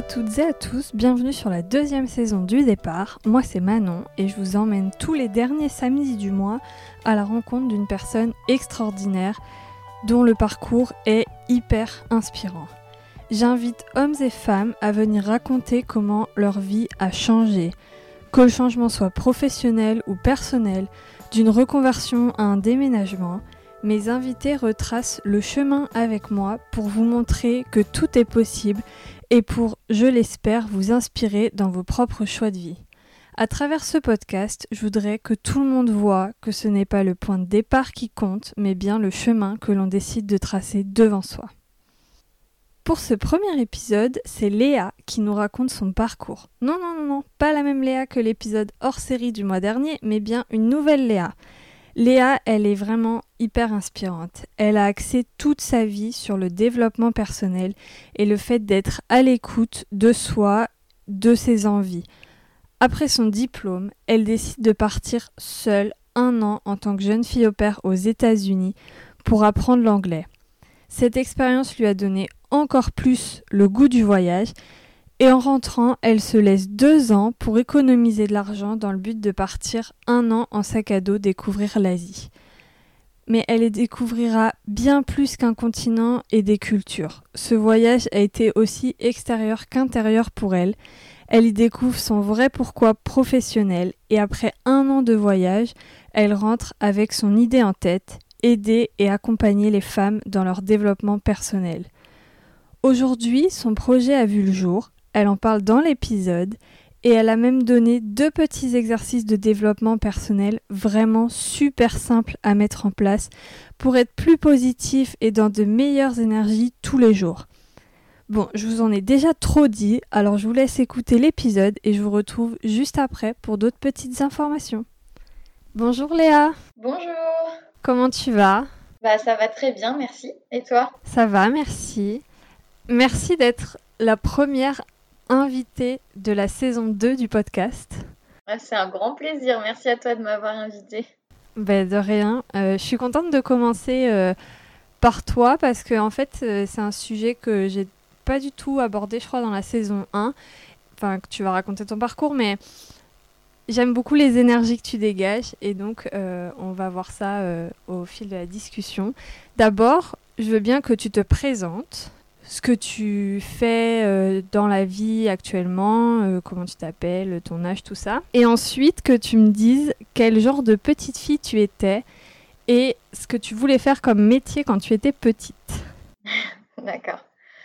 à toutes et à tous, bienvenue sur la deuxième saison du Départ. Moi c'est Manon et je vous emmène tous les derniers samedis du mois à la rencontre d'une personne extraordinaire dont le parcours est hyper inspirant. J'invite hommes et femmes à venir raconter comment leur vie a changé, que le changement soit professionnel ou personnel, d'une reconversion à un déménagement. Mes invités retracent le chemin avec moi pour vous montrer que tout est possible et pour, je l'espère, vous inspirer dans vos propres choix de vie. À travers ce podcast, je voudrais que tout le monde voit que ce n'est pas le point de départ qui compte, mais bien le chemin que l'on décide de tracer devant soi. Pour ce premier épisode, c'est Léa qui nous raconte son parcours. Non, pas la même Léa que l'épisode hors série du mois dernier, mais bien une nouvelle Léa. Léa, elle est vraiment hyper inspirante. Elle a axé toute sa vie sur le développement personnel et le fait d'être à l'écoute de soi, de ses envies. Après son diplôme, elle décide de partir seule 1 an en tant que jeune fille au pair aux États-Unis pour apprendre l'anglais. Cette expérience lui a donné encore plus le goût du voyage et en rentrant, elle se laisse 2 ans pour économiser de l'argent dans le but de partir 1 an en sac à dos découvrir l'Asie. Mais elle y découvrira bien plus qu'un continent et des cultures. Ce voyage a été aussi extérieur qu'intérieur pour elle. Elle y découvre son vrai pourquoi professionnel et après 1 an de voyage, elle rentre avec son idée en tête, aider et accompagner les femmes dans leur développement personnel. Aujourd'hui, son projet a vu le jour. Elle en parle dans l'épisode et elle a même donné 2 petits exercices de développement personnel vraiment super simples à mettre en place pour être plus positif et dans de meilleures énergies tous les jours. Bon, je vous en ai déjà trop dit, alors je vous laisse écouter l'épisode et je vous retrouve juste après pour d'autres petites informations. Bonjour Léa. Bonjour. Comment tu vas ? Ça va très bien, merci. Et toi ? Ça va, merci. Merci d'être la première invitée de la saison 2 du podcast. C'est un grand plaisir, merci à toi de m'avoir invitée. De rien. Je suis contente de commencer par toi parce que en fait, c'est un sujet que j'ai pas du tout abordé, je crois, dans la saison 1. Enfin, que tu vas raconter ton parcours, mais j'aime beaucoup les énergies que tu dégages et donc on va voir ça au fil de la discussion. D'abord, je veux bien que tu te présentes. Ce que tu fais dans la vie actuellement, comment tu t'appelles, ton âge, tout ça. Et ensuite, que tu me dises quel genre de petite fille tu étais et ce que tu voulais faire comme métier quand tu étais petite. D'accord.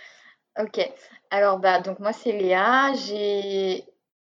Ok. Alors, donc moi, c'est Léa. J'ai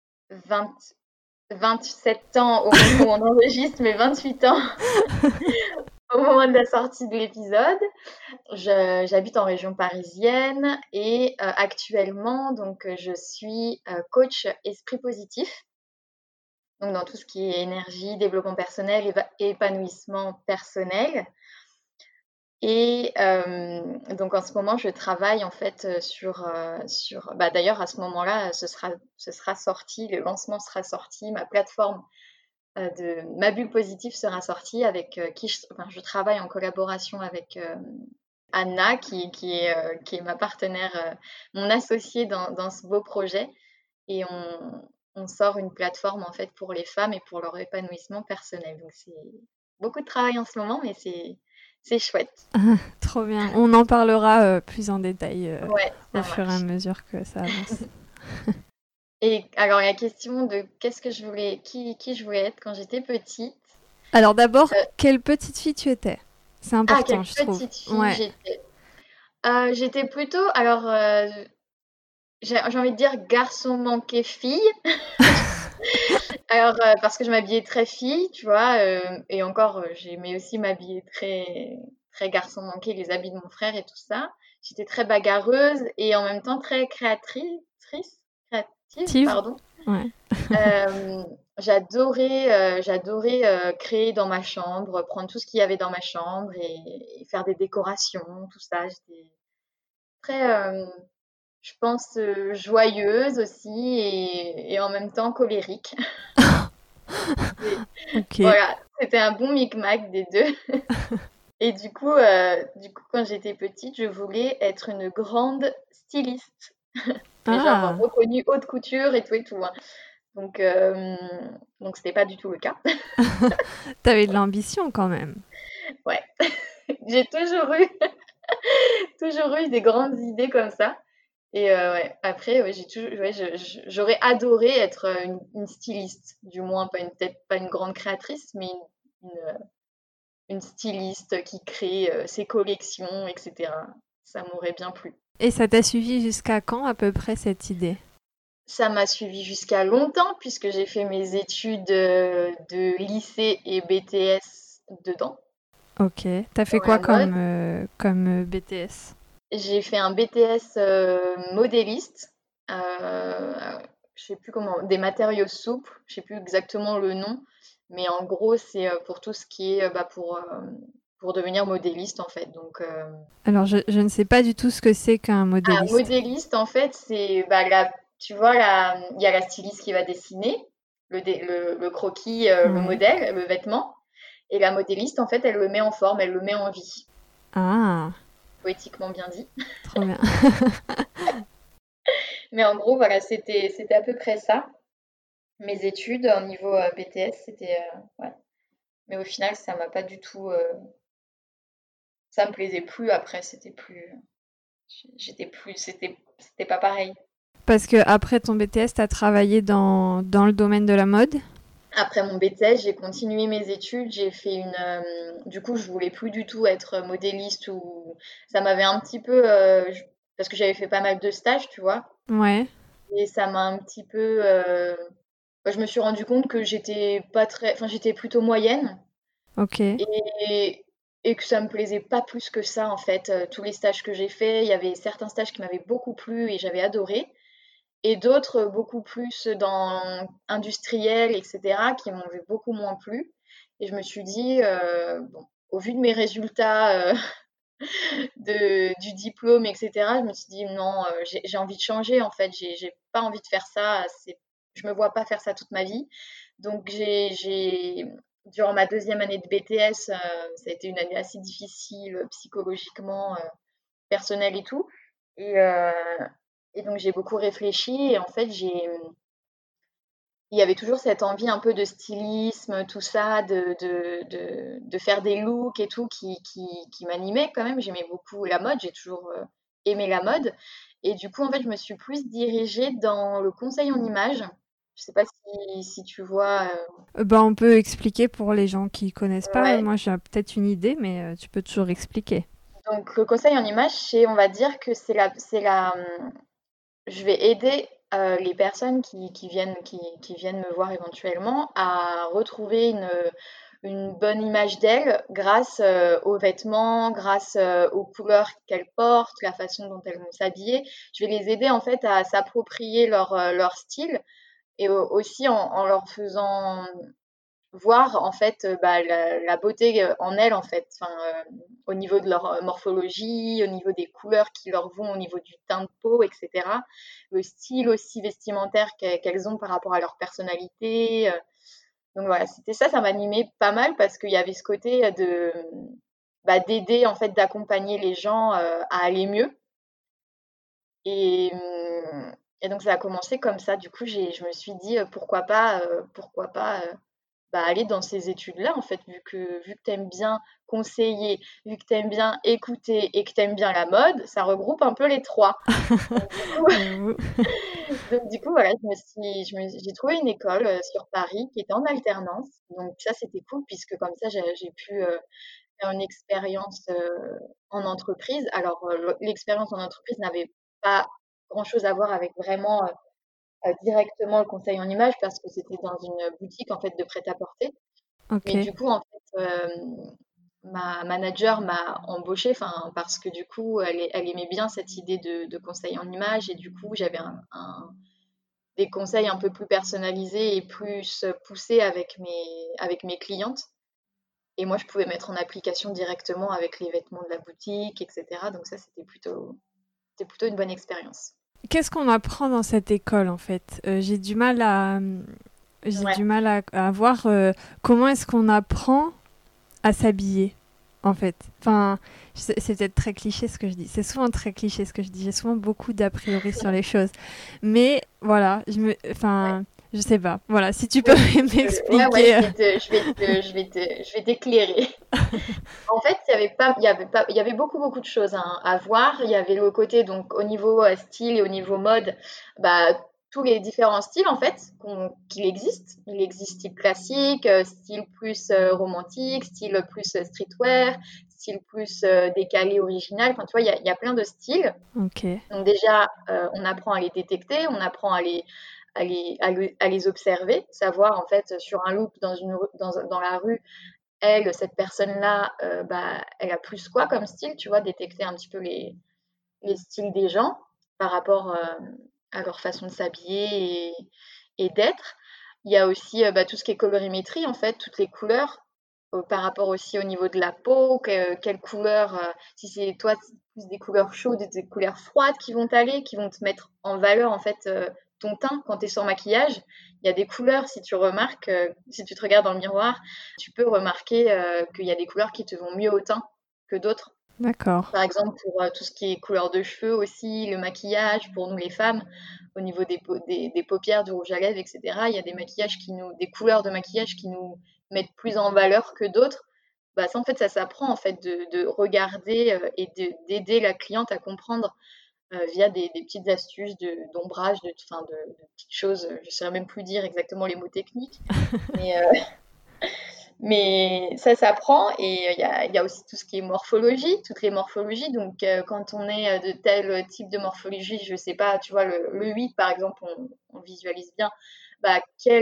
27 ans au moment où on enregistre, mais 28 ans au moment de la sortie de l'épisode. J'habite en région parisienne et actuellement, donc, je suis coach esprit positif. Donc, dans tout ce qui est énergie, développement personnel et épanouissement personnel. Et donc, en ce moment, je travaille en fait sur d'ailleurs, à ce moment-là, ce sera sorti, le lancement sera sorti, ma plateforme de ma bulle positive sera sortie avec qui je travaille en collaboration avec Anna, qui est ma partenaire, mon associée dans ce beau projet. Et on sort une plateforme en fait pour les femmes et pour leur épanouissement personnel. Donc c'est beaucoup de travail en ce moment, mais c'est chouette. Trop bien. On en parlera plus en détail au fur et à marche. mesure que ça avance. Et alors la question de qu'est-ce que je voulais, qui je voulais être quand j'étais petite. Alors d'abord, quelle petite fille tu étais ? C'est important, je trouve. Quelle petite fille j'étais. J'étais plutôt, alors j'ai envie de dire garçon manqué fille. Alors, parce que je m'habillais très fille, tu vois, et encore, j'aimais aussi m'habiller très, très garçon manqué, les habits de mon frère et tout ça. J'étais très bagarreuse et en même temps très créative, pardon. Ouais. J'adorais créer dans ma chambre, prendre tout ce qu'il y avait dans ma chambre et faire des décorations, tout ça. J'étais très, je pense, joyeuse aussi et en même temps colérique. Okay. Voilà, c'était un bon micmac des deux. Et du coup, quand j'étais petite, je voulais être une grande styliste. Et genre Ah, reconnue haute couture et tout, hein. Donc, c'était pas du tout le cas. t'avais de l'ambition quand même. Ouais, j'ai toujours eu des grandes idées comme ça. Et ouais, après, ouais, j'aurais adoré être une styliste, du moins peut-être pas une grande créatrice, mais une styliste qui crée ses collections, etc. Ça m'aurait bien plu. Et ça t'a suivi jusqu'à quand à peu près cette idée? Ça m'a suivi jusqu'à longtemps puisque j'ai fait mes études de lycée et BTS dedans, Ok. T'as fait dans quoi la mode. comme BTS? J'ai fait un BTS modéliste, je sais plus comment, des matériaux souples, je sais plus exactement le nom, mais en gros c'est pour tout ce qui est pour devenir modéliste en fait. Donc Alors, je ne sais pas du tout ce que c'est qu'un modéliste. modéliste en fait c'est tu vois il y a la styliste qui va dessiner le croquis, le Ouais. modèle, le vêtement, et la modéliste en fait elle le met en forme, elle le met en vie, Ah, poétiquement bien dit. trop bien. Mais en gros voilà c'était à peu près ça. Mes études au niveau BTS, c'était ouais. Mais au final, ça m'a pas du tout, ça me plaisait plus. Après, j'étais plus, c'était pas pareil. Parce que après ton BTS, t'as travaillé dans le domaine de la mode? Après mon BTS, j'ai continué mes études. J'ai fait du coup, je voulais plus du tout être modéliste ou ça m'avait un petit peu, parce que j'avais fait pas mal de stages, tu vois. Ouais, Et ça m'a un petit peu, je me suis rendu compte que j'étais pas très, enfin, j'étais plutôt moyenne. ok. Et, et que ça me plaisait pas plus que ça en fait. Tous les stages que j'ai faits, il y avait certains stages qui m'avaient beaucoup plu et j'avais adoré, et d'autres beaucoup plus dans industriel, etc., qui m'avaient beaucoup moins plu. Et je me suis dit, bon, au vu de mes résultats du diplôme, etc., je me suis dit non, j'ai envie de changer en fait. J'ai pas envie de faire ça. Je me vois pas faire ça toute ma vie. Donc durant ma deuxième année de BTS, ça a été une année assez difficile psychologiquement, personnelle et tout. Et, euh, et donc j'ai beaucoup réfléchi et en fait il y avait toujours cette envie un peu de stylisme, tout ça, de faire des looks et tout qui m'animait quand même. J'aimais beaucoup la mode, j'ai toujours aimé la mode. Et du coup, en fait, je me suis plus dirigée dans le conseil en images. Je sais pas si tu vois. Ben, on peut expliquer pour les gens qui connaissent pas. Ouais. Moi, j'ai peut-être une idée, mais tu peux toujours expliquer. Donc, le conseil en images, on va dire que je vais aider les personnes qui viennent me voir éventuellement à retrouver une bonne image d'elles grâce aux vêtements, grâce aux couleurs qu'elles portent, la façon dont elles vont s'habiller. Je vais les aider en fait à s'approprier leur style et aussi en leur faisant voir en fait la beauté en elles en fait, enfin, au niveau de leur morphologie, au niveau des couleurs qui leur vont, au niveau du teint de peau, etc. Le style aussi vestimentaire qu'elles ont par rapport à leur personnalité. Donc voilà, c'était ça, ça m'animait pas mal parce qu'il y avait ce côté d'aider en fait, d'accompagner les gens à aller mieux. Et, et donc ça a commencé comme ça. Du coup, je me suis dit pourquoi pas aller dans ces études-là, en fait, vu que tu aimes bien conseiller, vu que tu aimes bien écouter et que tu aimes bien la mode, ça regroupe un peu les trois. Donc, du coup, J'avoue. voilà, j'ai trouvé une école sur Paris qui était en alternance. Donc ça, c'était cool puisque comme ça, j'ai pu faire une expérience en entreprise. Alors, l'expérience en entreprise n'avait pas grand-chose à voir avec vraiment directement le conseil en images parce que c'était dans une boutique en fait de prêt-à-porter. Mais Ok. du coup, en fait, ma manager m'a embauchée, enfin, parce que du coup, elle aimait bien cette idée de conseil en images et du coup, j'avais des conseils un peu plus personnalisés et plus poussés avec mes clientes. Et moi, je pouvais mettre en application directement avec les vêtements de la boutique, etc. Donc ça, c'était plutôt une bonne expérience. Qu'est-ce qu'on apprend dans cette école en fait? J'ai Ouais. du mal à voir comment est-ce qu'on apprend à s'habiller en fait. Enfin, c'est peut-être très cliché ce que je dis. C'est souvent très cliché ce que je dis. J'ai souvent beaucoup d'a priori sur les choses. Mais voilà, Ouais. enfin, je sais pas. Voilà, si tu peux Oui, ouais, m'expliquer. je vais t'éclairer. En fait, il y avait beaucoup de choses hein, à voir. Il y avait le côté, donc, au niveau style et au niveau mode, bah, tous les différents styles, en fait, qu'il existe. Il existe style classique, style plus romantique, style plus streetwear, style plus décalé, original. Enfin, tu vois, il y a plein de styles. Ok. Donc déjà, on apprend à les détecter, on apprend à les observer, savoir en fait sur un look dans la rue, cette personne-là, bah, elle a plus quoi comme style, tu vois, détecter un petit peu les styles des gens par rapport à leur façon de s'habiller et d'être. Il y a aussi bah, tout ce qui est colorimétrie, en fait, toutes les couleurs, par rapport aussi au niveau de la peau, quelle couleur, si c'est toi, c'est plus des couleurs chaudes et des couleurs froides qui vont te mettre en valeur, en fait, ton teint quand tu es sans maquillage. Il y a des couleurs, si tu remarques, si tu te regardes dans le miroir, tu peux remarquer qu'il y a des couleurs qui te vont mieux au teint que d'autres. D'accord. Par exemple, pour tout ce qui est couleur de cheveux aussi, le maquillage, pour nous les femmes, au niveau des paupières, du rouge à lèvres, etc., il y a des couleurs de maquillage qui nous mettent plus en valeur que d'autres. Bah, ça, en fait, ça s'apprend en fait, de regarder d'aider la cliente à comprendre via des petites astuces d'ombrage, de petites choses. Je ne saurais même plus dire exactement les mots techniques, mais ça s'apprend et il y a aussi tout ce qui est morphologie, toutes les morphologies. Donc, quand on est de tel type de morphologie, je sais pas, tu vois, le 8, par exemple, on visualise bien, bah,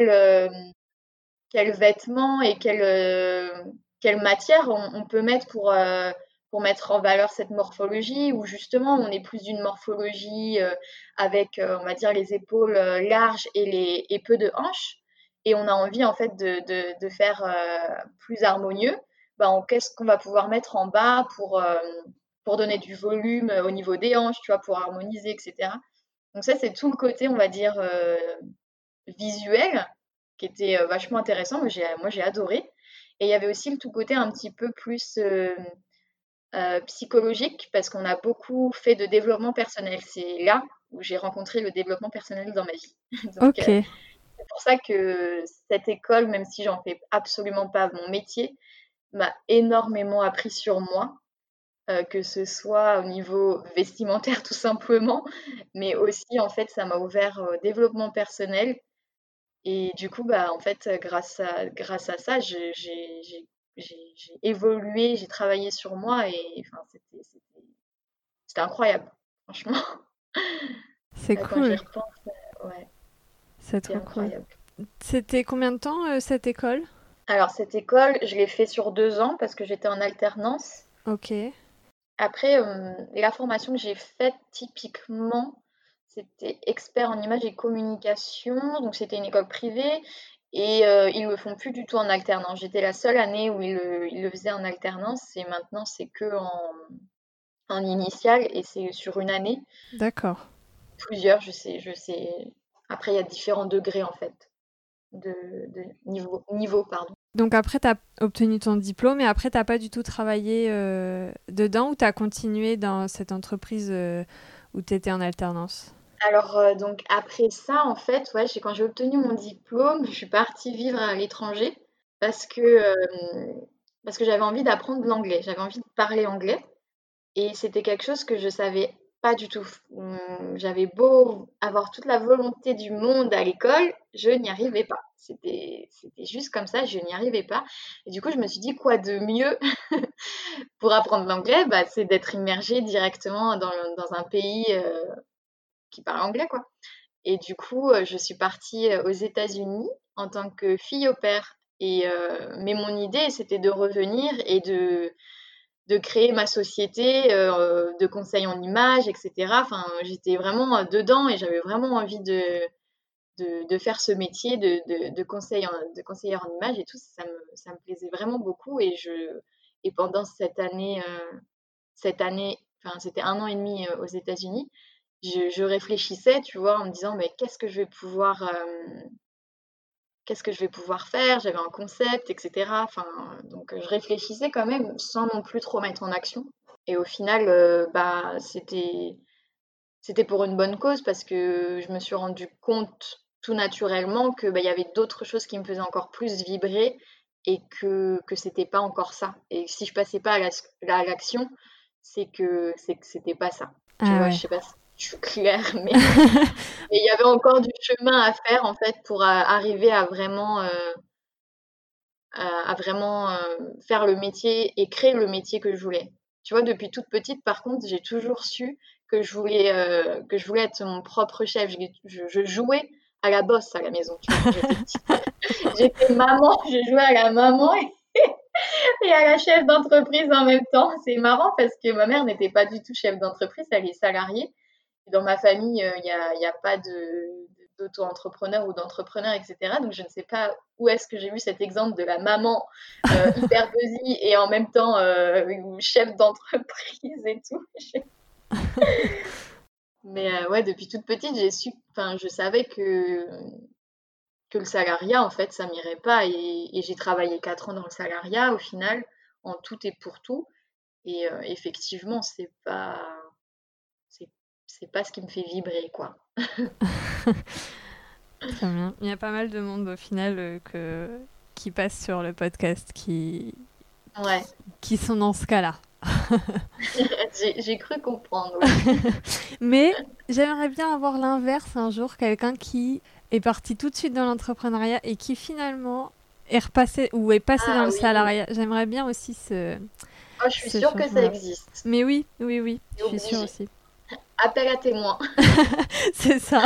quel vêtement et quelle matière on peut mettre pour mettre en valeur cette morphologie, ou justement, on est plus d'une morphologie avec, on va dire, les épaules larges et peu de hanches, et on a envie, en fait, de faire plus harmonieux. Ben, qu'est-ce qu'on va pouvoir mettre en bas pour donner du volume au niveau des hanches, tu vois, pour harmoniser, etc. Donc ça, c'est tout le côté, on va dire, visuel qui était vachement intéressant. Moi, j'ai adoré. Et il y avait aussi le tout côté un petit peu plus psychologique parce qu'on a beaucoup fait de développement personnel. C'est là où j'ai rencontré le développement personnel dans ma vie. Donc, Ok. c'est pour ça que cette école, même si j'en fais absolument pas mon métier, m'a énormément appris sur moi, que ce soit au niveau vestimentaire tout simplement, mais aussi en fait ça m'a ouvert au développement personnel. Et du coup, bah, en fait, grâce à ça, j'ai évolué, j'ai travaillé sur moi et enfin, c'était incroyable, franchement. C'est Quand j'y cool. repense, ouais, C'est c'était trop cool. incroyable. C'était combien de temps cette école? Alors, cette école, je l'ai fait sur 2 ans parce que j'étais en alternance. Ok. Après, la formation que j'ai faite typiquement, c'était expert en images et communication, donc c'était une école privée et ils le font plus du tout en alternance. J'étais la seule année où ils le faisaient en alternance et maintenant c'est que en initial et c'est sur une année. D'accord. Plusieurs, je sais. Après, il y a différents degrés en fait de niveau, pardon. Donc après, tu as obtenu ton diplôme et après, t'as pas du tout travaillé dedans ou tu as continué dans cette entreprise où tu étais en alternance? Alors, donc après ça, en fait, ouais, quand j'ai obtenu mon diplôme, je suis partie vivre à l'étranger parce que, parce que j'avais envie d'apprendre l'anglais. J'avais envie de parler anglais et c'était quelque chose que je savais pas du tout. J'avais beau avoir toute la volonté du monde à l'école, je n'y arrivais pas. C'était juste comme ça, je n'y arrivais pas et du coup, je me suis dit: «Quoi de mieux pour apprendre l'anglais?» Bah, c'est d'être immergée directement dans un pays, qui parle anglais, quoi. Et du coup, je suis partie, aux États-Unis en tant que fille au pair et mais mon idée, c'était de revenir et de créer ma société, de conseil en images et cetera. Enfin, j'étais vraiment, dedans et j'avais vraiment envie de faire ce métier de conseillère en images et tout. Ça me plaisait vraiment beaucoup et pendant cette année, enfin, c'était 1 an et demi, aux États-Unis, je réfléchissais, tu vois, en me disant: «Mais qu'est-ce que je vais pouvoir, qu'est-ce que je vais pouvoir faire? J'avais un concept, etc. Enfin, donc je réfléchissais quand même sans non plus trop mettre en action. Et au final, c'était pour une bonne cause parce que je me suis rendu compte tout naturellement que y avait d'autres choses qui me faisaient encore plus vibrer et que c'était pas encore ça. Et si je passais pas à l'action, c'est que c'était pas ça. Tu Ah vois, je ouais. sais pas si je suis claire, mais il y avait encore du chemin à faire en fait pour arriver à vraiment faire le métier et créer le métier que je voulais. Tu vois, depuis toute petite, par contre, j'ai toujours su que je voulais être mon propre chef. Je jouais à la bosse à la maison, tu vois, quand j'étais petite. J'étais maman, je jouais à la maman et à la chef d'entreprise en même temps. C'est marrant parce que ma mère n'était pas du tout chef d'entreprise, elle est salariée. Et dans ma famille, y a pas d'auto-entrepreneur ou d'entrepreneur, etc. Donc, je ne sais pas où est-ce que j'ai vu cet exemple de la maman hyper busy et en même temps chef d'entreprise et tout. Mais ouais, depuis toute petite, je savais que le salariat, en fait, ça m'irait pas. Et j'ai travaillé 4 ans dans le salariat, au final, en tout et pour tout. Et effectivement, c'est, c'est pas ce qui me fait vibrer, quoi. Très bien. Il y a pas mal de monde au final qui passe sur le podcast Ouais, qui sont dans ce cas-là. j'ai cru comprendre. Ouais. Mais j'aimerais bien avoir l'inverse un jour, quelqu'un qui est parti tout de suite dans l'entrepreneuriat et qui finalement est repassé ou est passé dans Ah le oui, salariat. J'aimerais bien aussi oh, je suis ce sûre que ça changement-là. existe. Mais oui, oui, oui, je C'est suis sûre obligé. aussi. Appel à témoins. C'est ça.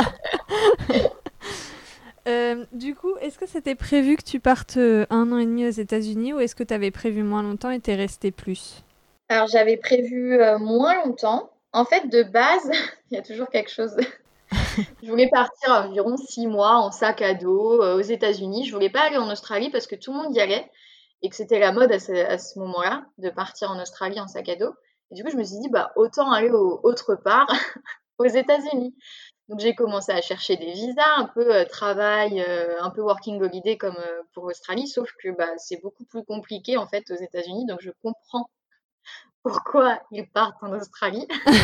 Du coup, est-ce que c'était prévu que tu partes 1 an et demi aux États-Unis ou est-ce que tu avais prévu moins longtemps et t'es resté plus? Alors, j'avais prévu moins longtemps. En fait, de base, il y a toujours quelque chose. Je voulais partir environ 6 mois en sac à dos aux États-Unis. Je voulais pas aller en Australie parce que tout le monde y allait et que c'était la mode à ce moment-là de partir en Australie en sac à dos. Et du coup, je me suis dit, bah, autant aller autre part, aux États-Unis. Donc, j'ai commencé à chercher des visas, un peu travail, un peu working holiday comme pour l'Australie, sauf que bah, c'est beaucoup plus compliqué en fait aux États-Unis. Donc, je comprends pourquoi ils partent en Australie.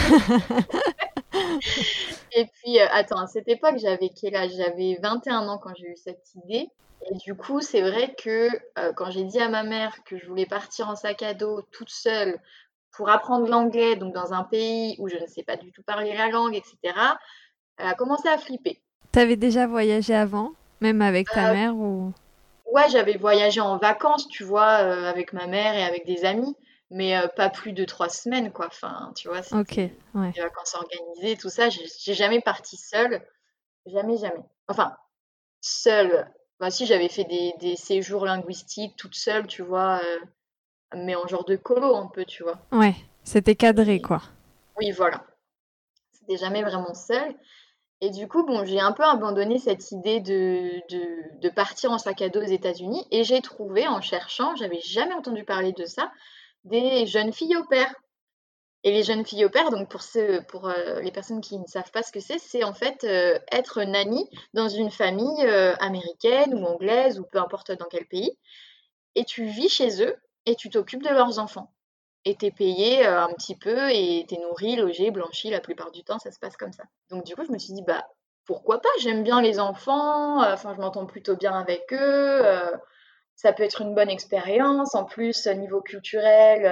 Et puis, attends, à cette époque, j'avais quel âge? J'avais 21 ans quand j'ai eu cette idée. Et du coup, c'est vrai que quand j'ai dit à ma mère que je voulais partir en sac à dos toute seule pour apprendre l'anglais, donc dans un pays où je ne sais pas du tout parler la langue, etc., elle a commencé à flipper. T'avais déjà voyagé avant, même avec ta Euh, mère ou... ouais, j'avais voyagé en vacances, tu vois, avec ma mère et avec des amis, mais pas plus de 3 semaines, quoi. Enfin, tu vois, Ok, c'était ouais. des vacances organisées, tout ça. J'ai jamais parti seule. Jamais, jamais. Enfin, seule. Bah, si, j'avais fait des séjours linguistiques toute seule, tu vois, mais en genre de colo un peu, tu vois. Ouais, c'était cadré Mais quoi. oui, voilà. C'était jamais vraiment seule. Et du coup, bon, j'ai un peu abandonné cette idée de partir en sac à dos aux États-Unis et j'ai trouvé en cherchant, j'avais jamais entendu parler de ça, des jeunes filles au pair. Et les jeunes filles au pair, donc pour les personnes qui ne savent pas ce que c'est en fait être nanny dans une famille américaine ou anglaise ou peu importe dans quel pays. Et tu vis chez eux et tu t'occupes de leurs enfants. Et t'es payé un petit peu et t'es nourri, logé, blanchi la plupart du temps, ça se passe comme ça. Donc du coup, je me suis dit, bah pourquoi pas, j'aime bien les enfants, enfin je m'entends plutôt bien avec eux, ça peut être une bonne expérience. En plus, niveau culturel,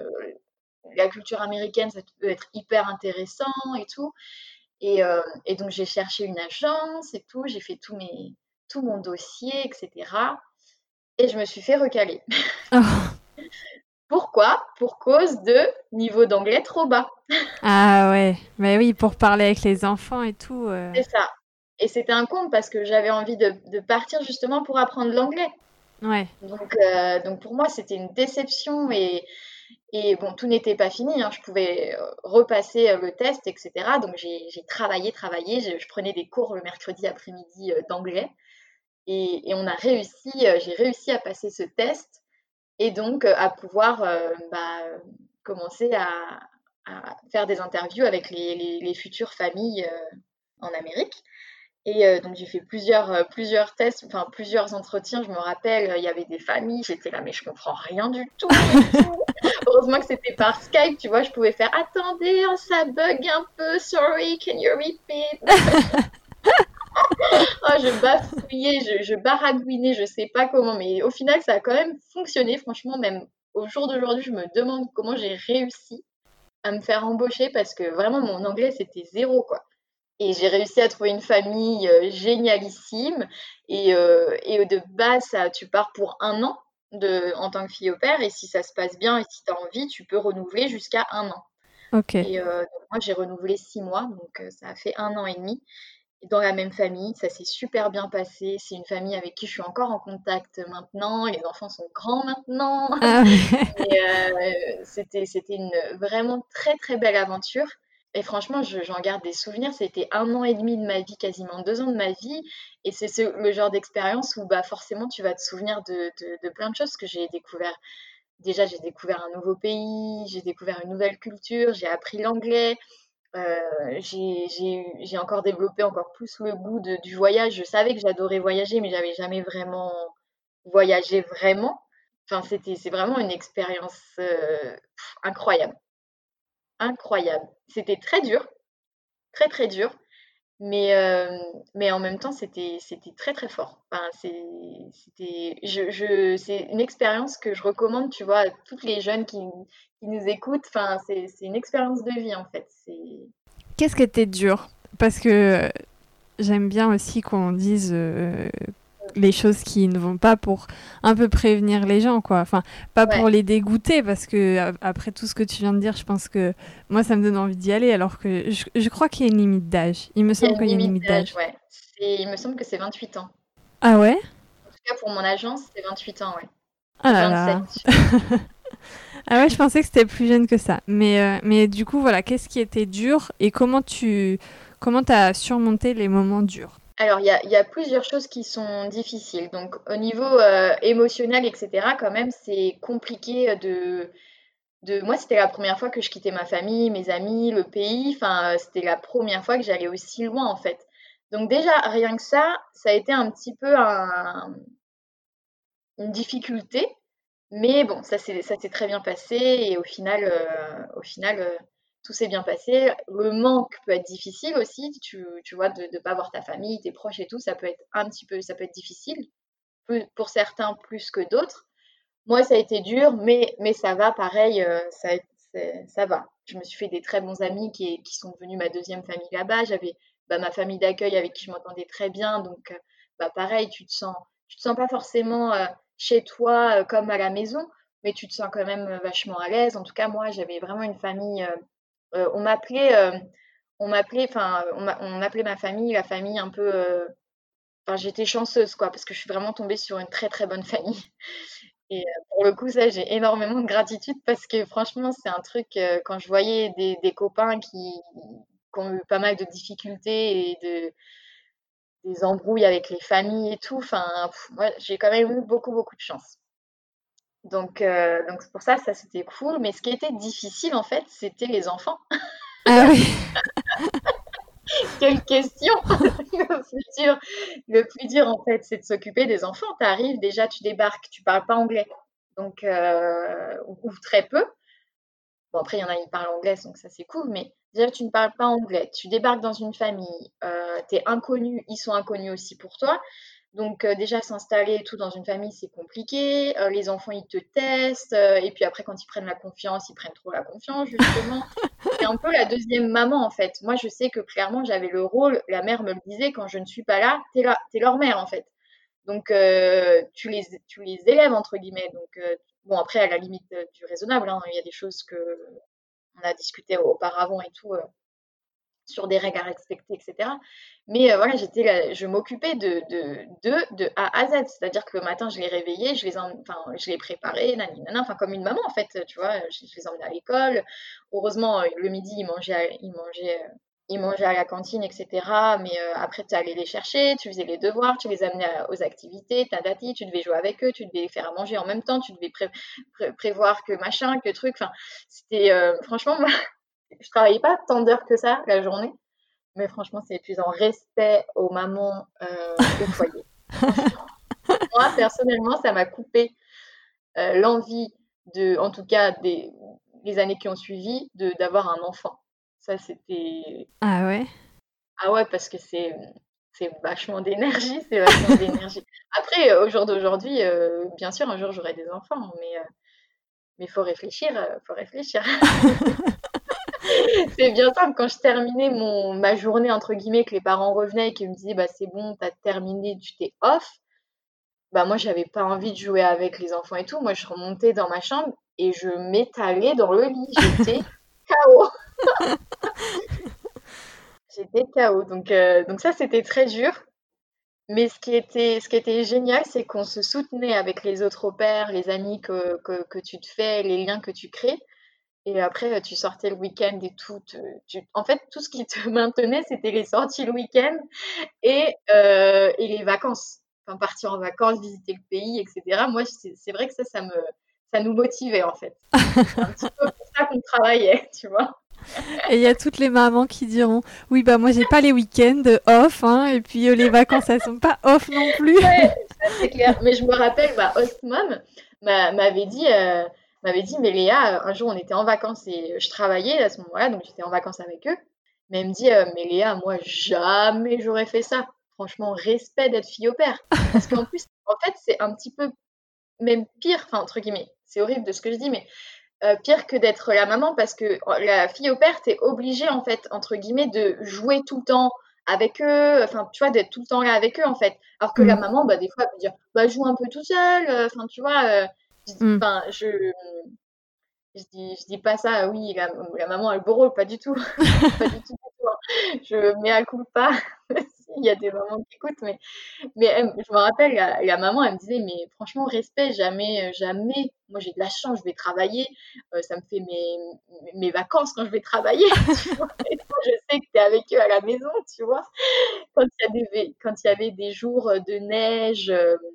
la culture américaine, ça peut être hyper intéressant et tout. Et donc, j'ai cherché une agence et tout, j'ai fait tout mon dossier, etc. Et je me suis fait recaler. Oh. Pourquoi? Pour cause de niveau d'anglais trop bas. Ah ouais, mais oui, pour parler avec les enfants et tout. C'est ça. Et c'était un comble parce que j'avais envie de partir justement pour apprendre l'anglais. Ouais, Donc pour moi, c'était une déception et bon, tout n'était pas fini, hein. Je pouvais repasser le test, etc. Donc j'ai travaillé, je prenais des cours le mercredi après-midi d'anglais et on a réussi, j'ai réussi à passer ce test et donc à pouvoir commencer à faire des interviews avec les futures familles en Amérique. Et donc j'ai fait plusieurs tests, enfin plusieurs entretiens. Je me rappelle, il y avait des familles, j'étais là, mais je comprends rien du tout, du tout. Heureusement que c'était par Skype, tu vois, je pouvais faire attendez, ça bug un peu, sorry, can you repeat? Oh, je bafouillais, je baragouinais, je sais pas comment, mais au final, ça a quand même fonctionné. Franchement, même au jour d'aujourd'hui, je me demande comment j'ai réussi à me faire embaucher parce que vraiment, mon anglais, c'était zéro, quoi. Et j'ai réussi à trouver une famille génialissime. Et de base, ça, tu pars pour 1 an en tant que fille au pair. Et si ça se passe bien et si tu as envie, tu peux renouveler jusqu'à 1 an. Ok. Donc moi, j'ai renouvelé 6 mois, donc ça a fait 1 an et demi. Et dans la même famille, ça s'est super bien passé. C'est une famille avec qui je suis encore en contact maintenant. Les enfants sont grands maintenant. Ah ouais. Et c'était une vraiment très très belle aventure. Et franchement, j'en garde des souvenirs. C'était 1 an et demi de ma vie, quasiment 2 ans de ma vie. Et c'est le genre d'expérience où bah, forcément tu vas te souvenir de plein de choses que j'ai découvert. Déjà, j'ai découvert un nouveau pays, j'ai découvert une nouvelle culture, j'ai appris l'anglais, j'ai encore développé encore plus le goût du voyage. Je savais que j'adorais voyager, mais j'avais jamais vraiment voyagé vraiment. Enfin, c'est vraiment une expérience incroyable, incroyable. C'était très dur, très très dur, mais en même temps, c'était très très fort. Enfin, c'est une expérience que je recommande, tu vois, à toutes les jeunes qui nous écoutent. Enfin, c'est une expérience de vie en fait. Qu'est-ce qui était dur? Parce que j'aime bien aussi qu'on dise les choses qui ne vont pas pour un peu prévenir les gens, quoi. Enfin, pas Ouais, pour les dégoûter, parce que après tout ce que tu viens de dire, je pense que moi, ça me donne envie d'y aller, alors que je crois qu'il y a une limite d'âge. Il me il y a semble une qu'il y a une limite limite d'âge, d'âge. ouais. Il me semble que c'est 28 ans. Ah ouais? En tout cas, pour mon agence, c'est 28 ans, ouais. Ah Ou là 27. là. Ah ouais, je pensais que c'était plus jeune que ça. Mais du coup, voilà, qu'est-ce qui était dur et comment t'as surmonté les moments durs? Alors, il y a plusieurs choses qui sont difficiles. Donc, au niveau émotionnel, etc., quand même, c'est compliqué Moi, c'était la première fois que je quittais ma famille, mes amis, le pays. Enfin, c'était la première fois que j'allais aussi loin, en fait. Donc déjà, rien que ça a été un petit peu une difficulté. Mais bon, ça s'est très bien passé et au final, tout s'est bien passé. Le manque peut être difficile aussi, tu vois, de ne pas voir ta famille, tes proches et tout, ça peut être ça peut être difficile, pour certains plus que d'autres. Moi, ça a été dur, mais ça va, pareil, ça va. Je me suis fait des très bons amis qui sont devenus ma deuxième famille là-bas. J'avais bah, ma famille d'accueil avec qui je m'entendais très bien. Donc, bah, pareil, tu te sens pas forcément chez toi comme à la maison, mais tu te sens quand même vachement à l'aise. En tout cas, moi, j'avais vraiment une famille. Enfin, on appelait ma famille la famille un peu. Enfin, j'étais chanceuse, quoi, parce que je suis vraiment tombée sur une très très bonne famille. Et pour le coup, ça, j'ai énormément de gratitude parce que franchement, c'est un truc, quand je voyais des copains qui ont eu pas mal de difficultés et des embrouilles avec les familles et tout, enfin, moi, j'ai quand même eu beaucoup, beaucoup de chance. Donc c'est pour ça, ça, c'était cool. Mais ce qui était difficile, en fait, c'était les enfants. Ah oui. Quelle question! Le plus dur, en fait, c'est de s'occuper des enfants. Tu arrives, déjà, tu débarques, tu parles pas anglais, donc ou très peu. Bon, après, il y en a, ils parlent anglais, donc ça, c'est cool, mais déjà, tu ne parles pas anglais. Tu débarques dans une famille, tu es inconnu, ils sont inconnus aussi pour toi. Donc, déjà, s'installer et tout dans une famille, c'est compliqué. Les enfants, ils te testent. Et puis après, quand ils prennent la confiance, ils prennent trop la confiance, justement. C'est un peu la deuxième maman, en fait. Moi, je sais que clairement, j'avais le rôle, la mère me le disait, quand je ne suis pas là, t'es là, t'es leur mère, en fait. Donc, tu les élèves, entre guillemets. Donc, bon, après, à la limite du raisonnable, hein, il y a des choses que on a discuté auparavant et tout, sur des règles à respecter, etc. Mais voilà, je m'occupais de A à Z. C'est-à-dire que le matin, je les réveillais, enfin, je les préparais, nani, nana, enfin, comme une maman, en fait, tu vois. Je les emmenais à l'école. Heureusement, le midi, ils mangeaient à la cantine, etc. Mais après, tu allais les chercher, tu faisais les devoirs, tu les amenais aux activités, tadati, tu devais jouer avec eux, tu devais les faire à manger en même temps, tu devais prévoir que machin, que truc. Enfin, c'était franchement, moi, je travaillais pas tant d'heures que ça la journée, Mais franchement, c'est épuisant. Respect aux mamans au foyer. Franchement. Moi, personnellement, ça m'a coupé l'envie en tout cas, les années qui ont suivi, d'avoir un enfant. Ça, c'était. Ah ouais? Ah ouais, parce que c'est vachement d'énergie, c'est vachement d'énergie. Après, au jour d'aujourd'hui, bien sûr, un jour, j'aurai des enfants, mais faut réfléchir, faut réfléchir. C'est bien simple, quand je terminais ma journée, entre guillemets, que les parents revenaient et qu'ils me disaient, bah, c'est bon, t'as terminé, tu t'es off. Bah, moi, j'avais pas envie de jouer avec les enfants et tout. Moi, je remontais dans ma chambre et je m'étalais dans le lit. J'étais KO. J'étais KO. Donc ça, c'était très dur. Mais ce qui était génial, c'est qu'on se soutenait avec les autres au pair, les amis que tu te fais, les liens que tu crées. Et après, tu sortais le week-end et tout. En fait, tout ce qui te maintenait, c'était les sorties le week-end et les vacances. Enfin, partir en vacances, visiter le pays, etc. Moi, c'est vrai que ça nous motivait, en fait. C'est un petit peu pour ça qu'on travaillait, tu vois. Et il y a toutes les mamans qui diront oui bah moi j'ai pas les week-ends off hein, et puis les vacances elles sont pas off non plus. Ouais, ça c'est clair. Mais je me rappelle, ma host mom m'avait dit, mais Léa, un jour on était en vacances et je travaillais à ce moment-là, donc j'étais en vacances avec eux. Mais elle me dit, mais Léa, moi jamais j'aurais fait ça. Franchement, respect d'être fille au père. Parce qu'en plus, en fait, c'est un petit peu même pire, enfin entre guillemets, c'est horrible de ce que je dis, mais pire que d'être la maman parce que la fille au père, t'es obligée en fait, entre guillemets, de jouer tout le temps avec eux, enfin tu vois, d'être tout le temps là avec eux en fait. Alors que la Mm, maman, bah des fois, elle peut dire, bah joue un peu tout seul, enfin tu vois, mm. enfin je dis pas ça, oui, la maman a le beau rôle, pas du tout, pas du tout, du tout, hein. Je mets à culpa s'il y a des mamans qui écoutent, mais je me rappelle, la maman, elle me disait, mais franchement, respect, jamais, jamais. Moi, j'ai de la chance, je vais travailler. Ça me fait mes vacances quand je vais travailler, tu vois. Et toi, je sais que tu es avec eux à la maison, tu vois. Quand il y avait des jours de neige,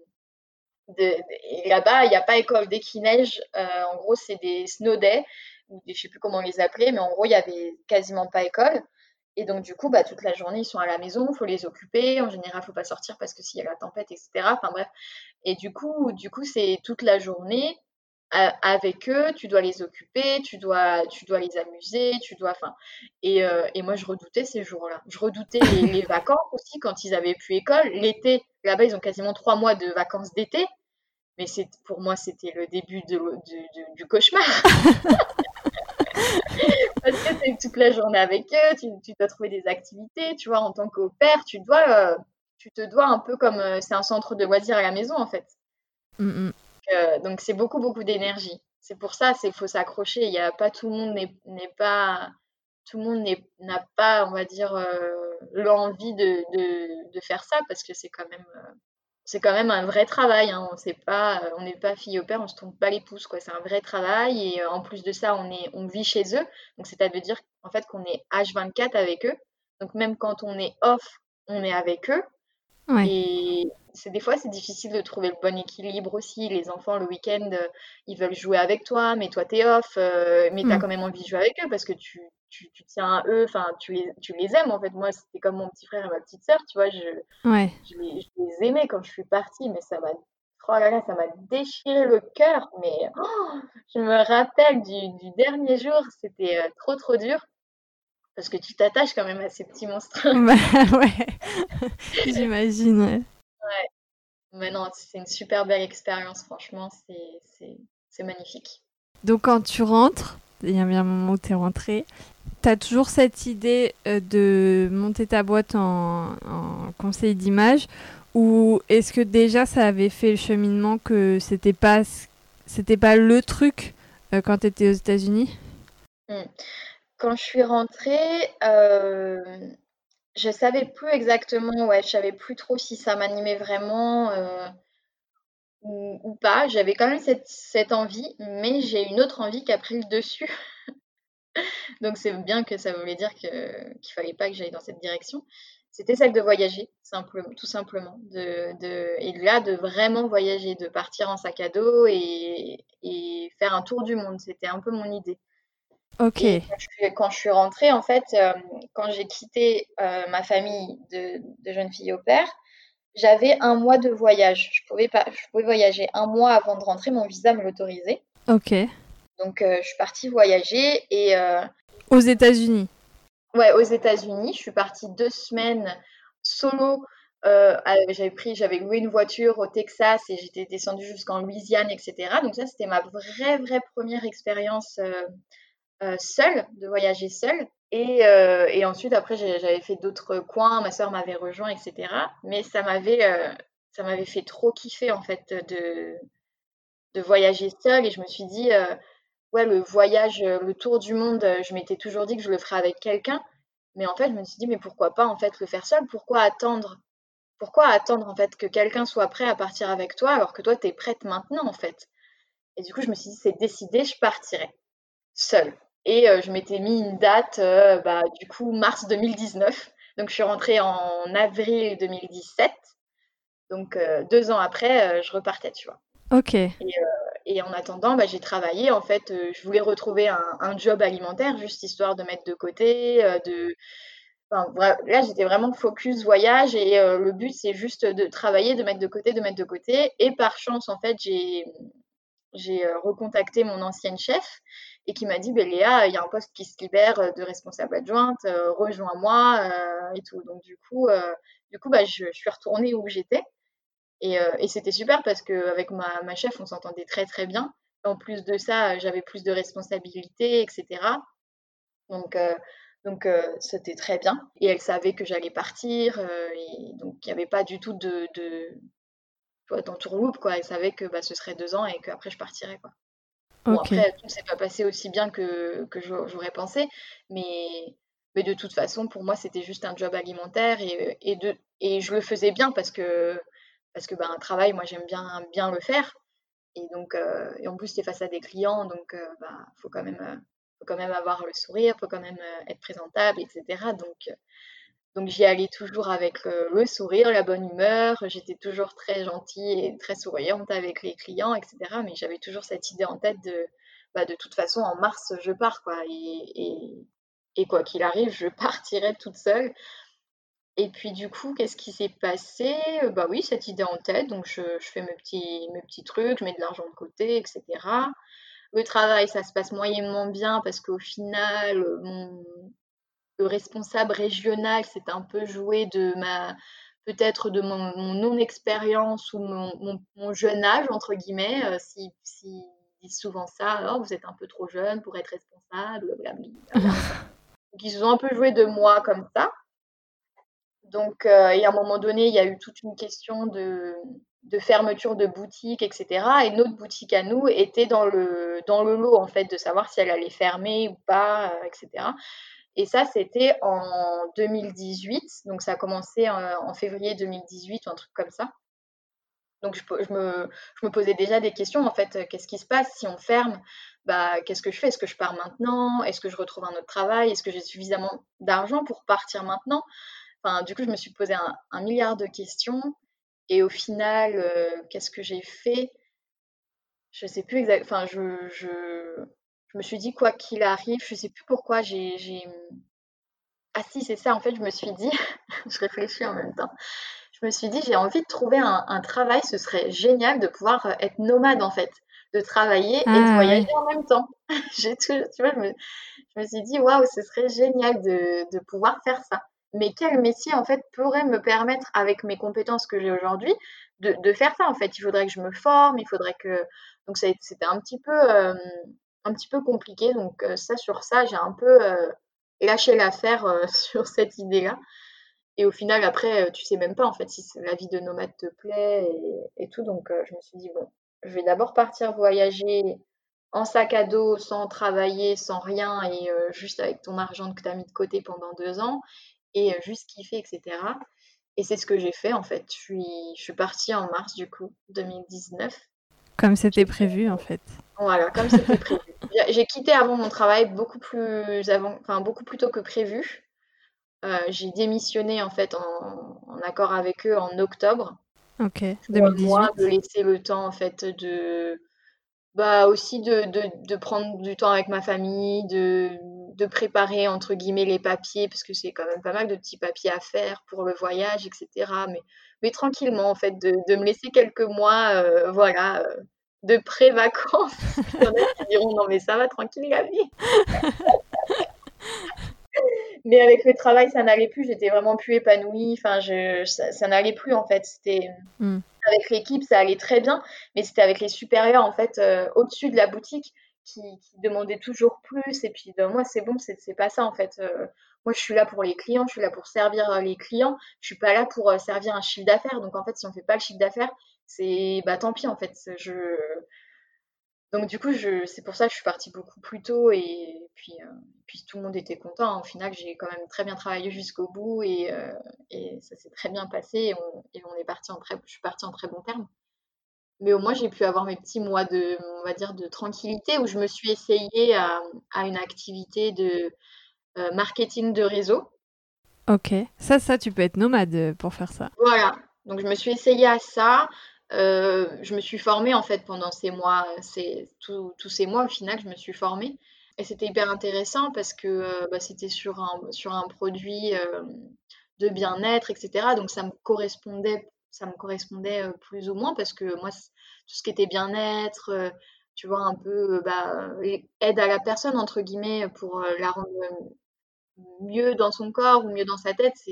et là-bas, il n'y a pas école. Dès qu'il neige, en gros, c'est des snow days, ou je ne sais plus comment les appeler, mais en gros, il n'y avait quasiment pas école. Et donc, du coup, bah, toute la journée, ils sont à la maison, il faut les occuper. En général, il ne faut pas sortir parce que s'il y a la tempête, etc. Enfin bref. Et du coup, c'est toute la journée avec eux, tu dois les occuper, tu dois les amuser, enfin. Et moi, je redoutais ces jours-là. Je redoutais les vacances aussi quand ils avaient plus école. L'été, là-bas, ils ont quasiment 3 mois de vacances d'été. Mais pour moi, c'était le début du cauchemar. Parce que c'est toute la journée avec eux, tu dois trouver des activités, tu vois, en tant qu'au père, tu te dois un peu comme c'est un centre de loisirs à la maison, en fait. Mm, mm. Donc c'est beaucoup, beaucoup d'énergie. C'est pour ça, faut s'accrocher. Il y a pas tout le monde n'est pas tout le monde n'a pas, on va dire, l'envie de faire ça parce que c'est quand même un vrai travail, hein. On n'est pas fille au père, on se trompe pas les pouces, quoi. C'est un vrai travail et en plus de ça, on vit chez eux. Donc c'est-à-dire en fait qu'on est H24 avec eux. Donc même quand on est off, on est avec eux. Ouais. Et des fois, c'est difficile de trouver le bon équilibre aussi. Les enfants, le week-end, ils veulent jouer avec toi, mais toi, t'es off, mais t'as Mm. quand même envie de jouer avec eux parce que tu tiens à eux, enfin, tu les aimes en fait. Moi, c'était comme mon petit frère et ma petite sœur, tu vois, Ouais. je les aimais quand je suis partie, mais oh là là, ça m'a déchiré le cœur. Mais je me rappelle du dernier jour, c'était trop, trop dur parce que tu t'attaches quand même à ces petits monstres. Bah ouais. J'imagine. Ouais. Mais non, c'est une super belle expérience, franchement, c'est magnifique. Donc quand tu rentres, il y a bien un moment où tu es rentré, tu as toujours cette idée de monter ta boîte en conseil d'image ou est-ce que déjà ça avait fait le cheminement que c'était pas le truc quand tu étais aux États-Unis? Mm. Quand je suis rentrée, je savais plus exactement, ouais, je savais plus trop si ça m'animait vraiment ou pas. J'avais quand même cette envie, mais j'ai une autre envie qui a pris le dessus. Donc c'est bien que ça voulait dire qu'il fallait pas que j'aille dans cette direction. C'était celle de voyager, tout simplement. Et là, de vraiment voyager, de partir en sac à dos et faire un tour du monde. C'était un peu mon idée. Ok, Et quand je suis rentrée, en fait, quand j'ai quitté ma famille de jeune fille au père, j'avais un mois de voyage. Je pouvais voyager un mois avant de rentrer, mon visa me l'autorisait. ok. Donc, je suis partie voyager et Aux États-Unis. ouais, aux États-Unis. Je suis partie 2 semaines solo. J'avais loué une voiture au Texas et j'étais descendue jusqu'en Louisiane, etc. Donc ça, c'était ma vraie première expérience seule, de voyager seule. Et ensuite, après, j'avais fait d'autres coins. Ma sœur m'avait rejoint, etc. Mais ça m'avait fait trop kiffer en fait de voyager seule. Et je me suis dit, ouais, le voyage, le tour du monde, je m'étais toujours dit que je le ferais avec quelqu'un. Mais en fait, je me suis dit, mais pourquoi pas en fait le faire seul? Pourquoi attendre? Pourquoi attendre en fait que quelqu'un soit prêt à partir avec toi alors que toi, tu es prête maintenant en fait? Et du coup, je me suis dit, c'est décidé, je partirai seule. Et je m'étais mis une date, bah, du coup, mars 2019. Donc, je suis rentrée en avril 2017. Donc, 2 ans après, je repartais, tu vois. Ok, Et en attendant, bah, j'ai travaillé. En fait, je voulais retrouver un job alimentaire, juste histoire de mettre de côté, enfin, là, j'étais vraiment focus voyage et le but, c'est juste de travailler, de mettre de côté, de mettre de côté. Et par chance, en fait, j'ai recontacté mon ancienne chef et qui m'a dit ben Léa, il y a un poste qui se libère de responsable adjointe, rejoins-moi et tout. Donc du coup bah, je suis retournée où j'étais et c'était super parce qu'avec ma chef, on s'entendait très très bien. En plus de ça, j'avais plus de responsabilités, etc. Donc, euh, donc c'était très bien. Et elle savait que j'allais partir et donc il n'y avait pas du tout tu vois, d'entourloupe, quoi. Elle savait que bah, ce serait 2 ans et qu'après je partirais, quoi. Bon, ok, après, tout ne s'est pas passé aussi bien que j'aurais pensé, mais, mais de toute façon, pour moi, c'était juste un job alimentaire et je le faisais bien parce que bah, un travail, moi, j'aime bien le faire. Et donc, et en plus, c'était face à des clients, donc bah, faut quand même avoir le sourire, faut quand même être présentable, etc. Donc j'y allais toujours avec le sourire, la bonne humeur. J'étais toujours très gentille et très souriante avec les clients, etc. Mais j'avais toujours cette idée en tête bah, de toute façon, en mars, je pars, quoi. Et quoi qu'il arrive, je partirai toute seule. Et puis du coup, qu'est-ce qui s'est passé? Bah oui, cette idée en tête. Donc je fais mes petits trucs, je mets de l'argent de côté, etc. Le travail, ça se passe moyennement bien parce qu'au final, le responsable régional s'est un peu joué de peut-être de mon non-expérience ou mon jeune âge, entre guillemets, si disent souvent ça, oh, vous êtes un peu trop jeune pour être responsable, blablabla. Donc ils se sont un peu joué de moi comme ça. Donc, et à un moment donné, il y a eu toute une question de fermeture de boutique, etc. Et notre boutique à nous était dans le lot, en fait, de savoir si elle allait fermer ou pas, etc. Et ça, c'était en 2018. Donc, ça a commencé en février 2018 ou un truc comme ça. Donc, je me posais déjà des questions. En fait, qu'est-ce qui se passe si on ferme? Bah, qu'est-ce que je fais? Est-ce que je pars maintenant? Est-ce que je retrouve un autre travail? Est-ce que j'ai suffisamment d'argent pour partir maintenant? Enfin, du coup, je me suis posé un milliard de questions. Et au final, qu'est-ce que j'ai fait? Je sais plus exactement. Enfin, je me suis dit, quoi qu'il arrive, je sais plus pourquoi ah si, c'est ça, en fait, je me suis dit, je réfléchis en même temps, je me suis dit, j'ai envie de trouver un travail, ce serait génial de pouvoir être nomade, en fait, de travailler et de ah voyager ouais, en même temps. Tu vois, je me suis dit, waouh, ce serait génial de pouvoir faire ça. Mais quel métier, en fait, pourrait me permettre, avec mes compétences que j'ai aujourd'hui, de faire ça, en fait? Il faudrait que je me forme, il faudrait que... Donc, c'était un petit peu compliqué. Donc, ça, sur ça, j'ai un peu lâché l'affaire sur cette idée-là. Et au final, après, tu sais même pas, en fait, si la vie de nomade te plaît et tout. Donc, je me suis dit, bon, je vais d'abord partir voyager en sac à dos, sans travailler, sans rien, et juste avec ton argent que tu as mis de côté pendant 2 ans, et juste kiffer, etc. Et c'est ce que j'ai fait, en fait. Je suis partie en mars, du coup, 2019. comme c'était J'ai- prévu en fait. Voilà, comme c'était prévu. J'ai quitté avant mon travail beaucoup plus tôt que prévu. J'ai démissionné, en fait, en accord avec eux en octobre Ok, pour, moi, 2018. me laisser le temps, en fait, Bah, aussi de prendre du temps avec ma famille, de préparer entre guillemets «les papiers» parce que c'est quand même pas mal de petits papiers à faire pour le voyage et cetera. Mais tranquillement en fait, de me laisser quelques mois, voilà, de pré-vacances. Il y en a qui diront: «Non mais ça va, tranquille la vie». Mais avec le travail, ça n'allait plus, j'étais vraiment plus épanouie, enfin ça n'allait plus en fait. C'était Hmm. avec l'équipe, ça allait très bien, mais c'était avec les supérieurs en fait, au-dessus de la boutique qui demandaient toujours plus et puis moi c'est bon, c'est pas ça en fait, moi je suis là pour les clients, je suis là pour servir, les clients, je suis pas là pour, servir un chiffre d'affaires donc en fait si on fait pas le chiffre d'affaires, c'est bah tant pis en fait, donc du coup, c'est pour ça que je suis partie beaucoup plus tôt puis tout le monde était content. Au final, j'ai quand même très bien travaillé jusqu'au bout et ça s'est très bien passé et on est parti je suis partie en très bons termes. Mais au moins, j'ai pu avoir mes petits mois on va dire, de tranquillité où je me suis essayée à une activité de marketing de réseau. Ok. Ça, tu peux être nomade pour faire ça. Voilà. Donc je me suis essayée à ça. Je me suis formée en fait pendant ces mois, tous ces mois au final, je me suis formée et c'était hyper intéressant parce que bah, c'était sur un produit de bien-être, etc. Donc ça me correspondait plus ou moins parce que moi, tout ce qui était bien-être, tu vois, un peu bah, aide à la personne, entre guillemets, pour la rendre mieux dans son corps ou mieux dans sa tête,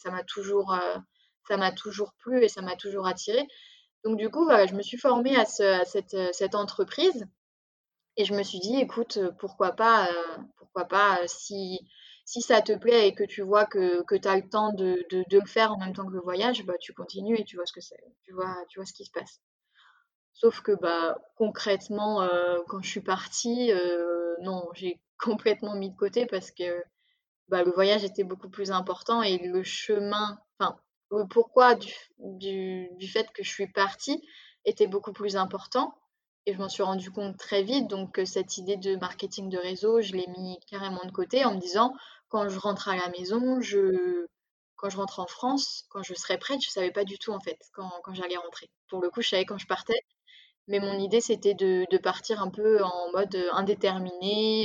ça m'a toujours plu et ça m'a toujours attirée. Donc du coup, voilà, je me suis formée à cette entreprise et je me suis dit, écoute, pourquoi pas, si ça te plaît et que tu vois que tu as le temps de le faire en même temps que le voyage, bah, tu continues et tu vois ce que c'est, tu vois ce qui se passe. Sauf que bah, concrètement, quand je suis partie, non, j'ai complètement mis de côté parce que bah, le voyage était beaucoup plus important et le chemin, enfin, le pourquoi du fait que je suis partie était beaucoup plus important. Et je m'en suis rendu compte très vite. Donc, cette idée de marketing de réseau, je l'ai mis carrément de côté en me disant, quand je rentre à la maison, quand je rentre en France, quand je serai prête, je ne savais pas du tout en fait quand j'allais rentrer. Pour le coup, je savais quand je partais, mais mon idée c'était de partir un peu en mode indéterminé.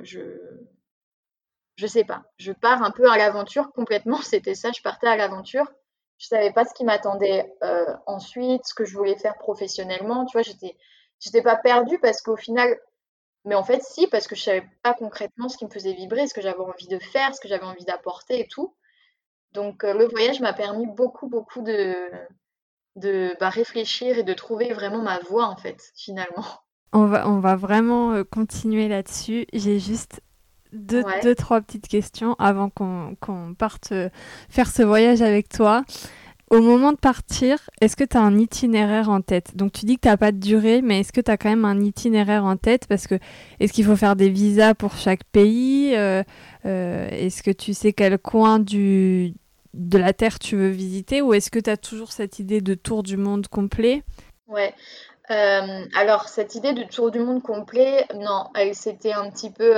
Je sais pas. Je pars un peu à l'aventure complètement, c'était ça, je partais à l'aventure. Je savais pas ce qui m'attendait ensuite, ce que je voulais faire professionnellement. Tu vois, j'étais pas perdue parce qu'au final, mais en fait, si, parce que je savais pas concrètement ce qui me faisait vibrer, ce que j'avais envie de faire, ce que j'avais envie d'apporter et tout. Donc, le voyage m'a permis beaucoup de bah, réfléchir et de trouver vraiment ma voie, en fait, finalement. On va vraiment continuer là-dessus. J'ai juste Ouais, trois petites questions avant qu'on parte faire ce voyage avec toi. Au moment de partir, est-ce que tu as un itinéraire en tête? Donc tu dis que tu n'as pas de durée, mais est-ce que tu as quand même un itinéraire en tête? Parce que est-ce qu'il faut faire des visas pour chaque pays? Est-ce que tu sais quel coin de la Terre tu veux visiter? Ou est-ce que tu as toujours cette idée de tour du monde complet? ouais. Alors cette idée de tour du monde complet, non, elle s'était un petit peu,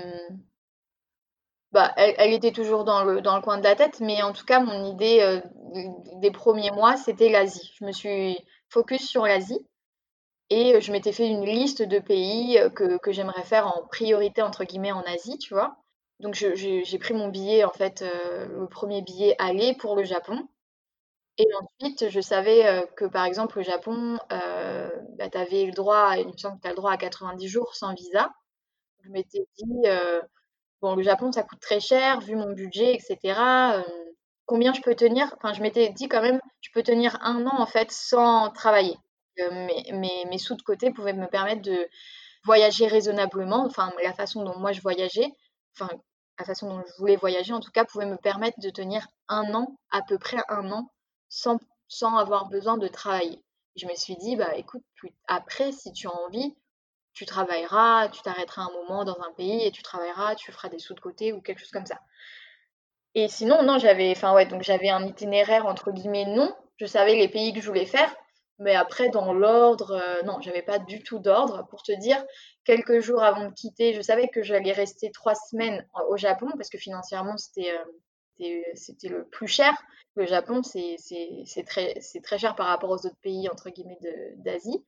bah, elle était toujours dans le coin de la tête, mais en tout cas mon idée, des premiers mois, c'était l'Asie. Je me suis focus sur l'Asie et je m'étais fait une liste de pays, que j'aimerais faire en «priorité» entre guillemets en Asie, tu vois? Donc j'ai pris mon billet en fait, le premier billet aller pour le Japon et ensuite je savais, que par exemple le Japon, bah, tu avais le droit, il me semble que tu as le droit à 90 jours sans visa. Je m'étais dit, bon le Japon ça coûte très cher vu mon budget et cetera, combien je peux tenir? Enfin je m'étais dit quand même: «Je peux tenir 1 an en fait sans travailler». Mes sous de côté pouvaient me permettre de voyager raisonnablement, enfin la façon dont moi je voyageais, enfin la façon dont je voulais voyager en tout cas, pouvait me permettre de tenir 1 an, à peu près 1 an, sans avoir besoin de travailler. Je me suis dit: «Bah écoute, plus après si tu as envie, tu travailleras, tu t'arrêteras un moment dans un pays et tu travailleras, tu feras des sous de côté ou quelque chose comme ça». Et sinon, non, enfin ouais, donc j'avais un itinéraire entre guillemets non. Je savais les pays que je voulais faire, mais après dans l'ordre, non, j'avais pas du tout d'ordre. Pour te dire, quelques jours avant de quitter, je savais que j'allais rester 3 semaines au Japon parce que financièrement c'était le plus cher. Le Japon, c'est très cher par rapport aux autres pays entre guillemets d'Asie.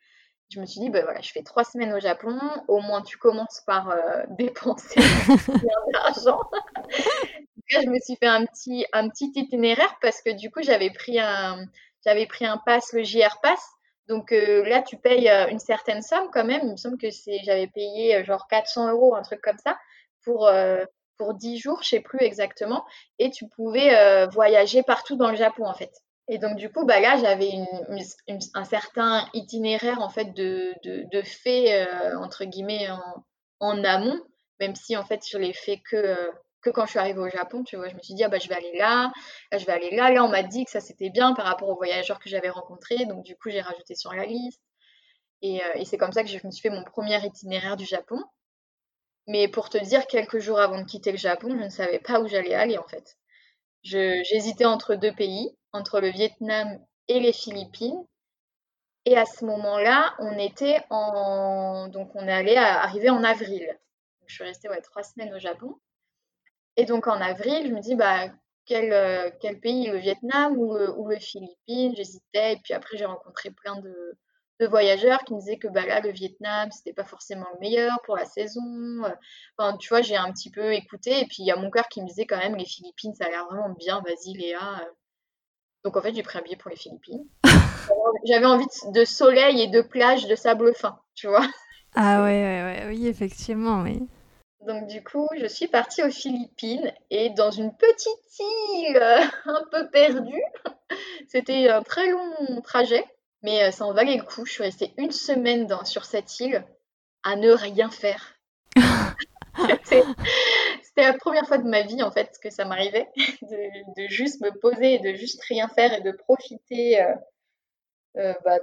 Je me suis dit, bah voilà, je fais 3 semaines au Japon, au moins tu commences par dépenser bien d'argent. Là, je me suis fait un petit itinéraire parce que du coup, j'avais pris un pass, le JR Pass. Donc là, tu payes une certaine somme quand même. Il me semble que j'avais payé genre 400 euros, un truc comme ça, pour, euh, pour 10 jours, je sais plus exactement. Et tu pouvais voyager partout dans le Japon, en fait. Et donc, du coup, bah là, j'avais un certain itinéraire, en fait, de faits, entre guillemets, en amont, même si, en fait, je l'ai fait que quand je suis arrivée au Japon, tu vois. Je me suis dit, ah bah, je vais aller là, là, je vais aller là. Là, on m'a dit que ça, c'était bien par rapport aux voyageurs que j'avais rencontrés. Donc, du coup, j'ai rajouté sur la liste. Et c'est comme ça que je me suis fait mon premier itinéraire du Japon. Mais pour te dire, quelques jours avant de quitter le Japon, je ne savais pas où j'allais aller, en fait. J'hésitais entre 2 pays, entre le Vietnam et les Philippines. Et à ce moment-là, donc on est arrivé en avril. Donc je suis restée 3 semaines au Japon. Et donc en avril, je me dis, bah, quel pays, le Vietnam ou les Philippines? J'hésitais. Et puis après, j'ai rencontré plein de voyageurs qui me disaient que bah, là, le Vietnam, c'était pas forcément le meilleur pour la saison. Enfin, tu vois, j'ai un petit peu écouté. Et puis il y a mon cœur qui me disait quand même, les Philippines, ça a l'air vraiment bien, vas-y Léa. Donc en fait, j'ai pris un billet pour les Philippines. J'avais envie de soleil et de plage, de sable fin, tu vois. Ah ouais, oui, effectivement, oui. Donc du coup, je suis partie aux Philippines et dans une petite île un peu perdue. C'était un très long trajet, mais ça en valait le coup. Je suis restée une semaine sur cette île à ne rien faire. C'était la première fois de ma vie en fait que ça m'arrivait de juste me poser et de juste rien faire et de profiter bah,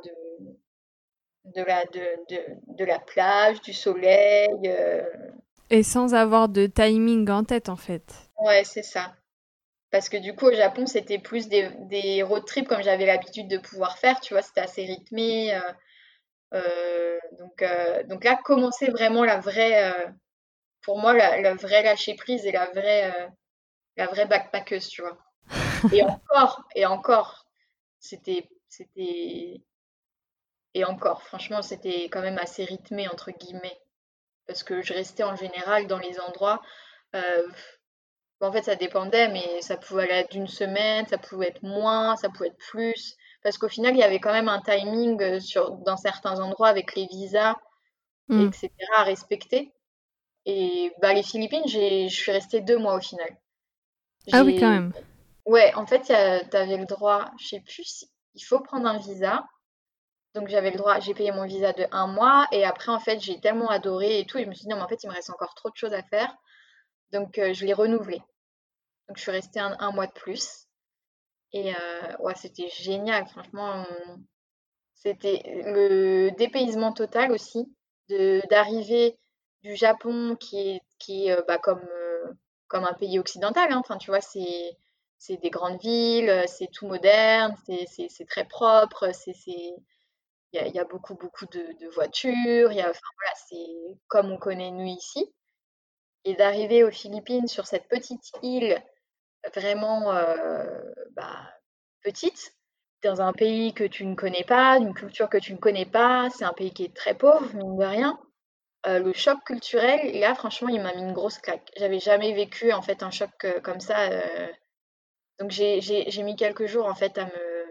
de la plage, du soleil. Et sans avoir de timing en tête, en fait. Ouais, c'est ça. Parce que du coup, au Japon, c'était plus des road trips comme j'avais l'habitude de pouvoir faire, tu vois, c'était assez rythmé. Donc là, commencer vraiment pour moi, la vraie lâcher prise et la vraie backpackeuse, tu vois. Et encore, c'était, et encore, franchement, c'était quand même assez rythmé, entre guillemets. Parce que je restais en général dans les endroits. euh, En fait, ça dépendait, mais ça pouvait aller d'une semaine, ça pouvait être moins, ça pouvait être plus. Parce qu'au final, il y avait quand même un timing dans certains endroits avec les visas, Hmm. etc. à respecter. Et bah, les Philippines, je suis restée 2 mois au final. Ah oui, quand J'ai, même. ouais, en fait, t'avais le droit, je sais plus si, il faut prendre un visa. Donc j'avais le droit, j'ai payé mon visa de 1 mois et après, en fait, j'ai tellement adoré et tout, et je me suis dit, non, mais en fait, il me reste encore trop de choses à faire. Donc je l'ai renouvelé. Donc je suis restée un mois de plus. Et ouais, c'était génial, franchement. C'était le dépaysement total aussi, d'arriver du Japon qui est bah, comme un pays occidental, hein. Enfin, tu vois, c'est des grandes villes, c'est tout moderne, c'est très propre, il y a beaucoup, beaucoup de voitures, enfin, voilà, c'est comme on connaît nous ici. Et d'arriver aux Philippines sur cette petite île vraiment bah, petite, dans un pays que tu ne connais pas, une culture que tu ne connais pas. C'est un pays qui est très pauvre, mine de rien. Le choc culturel, là, franchement, il m'a mis une grosse claque. J'avais jamais vécu en fait un choc comme ça. Donc j'ai mis quelques jours en fait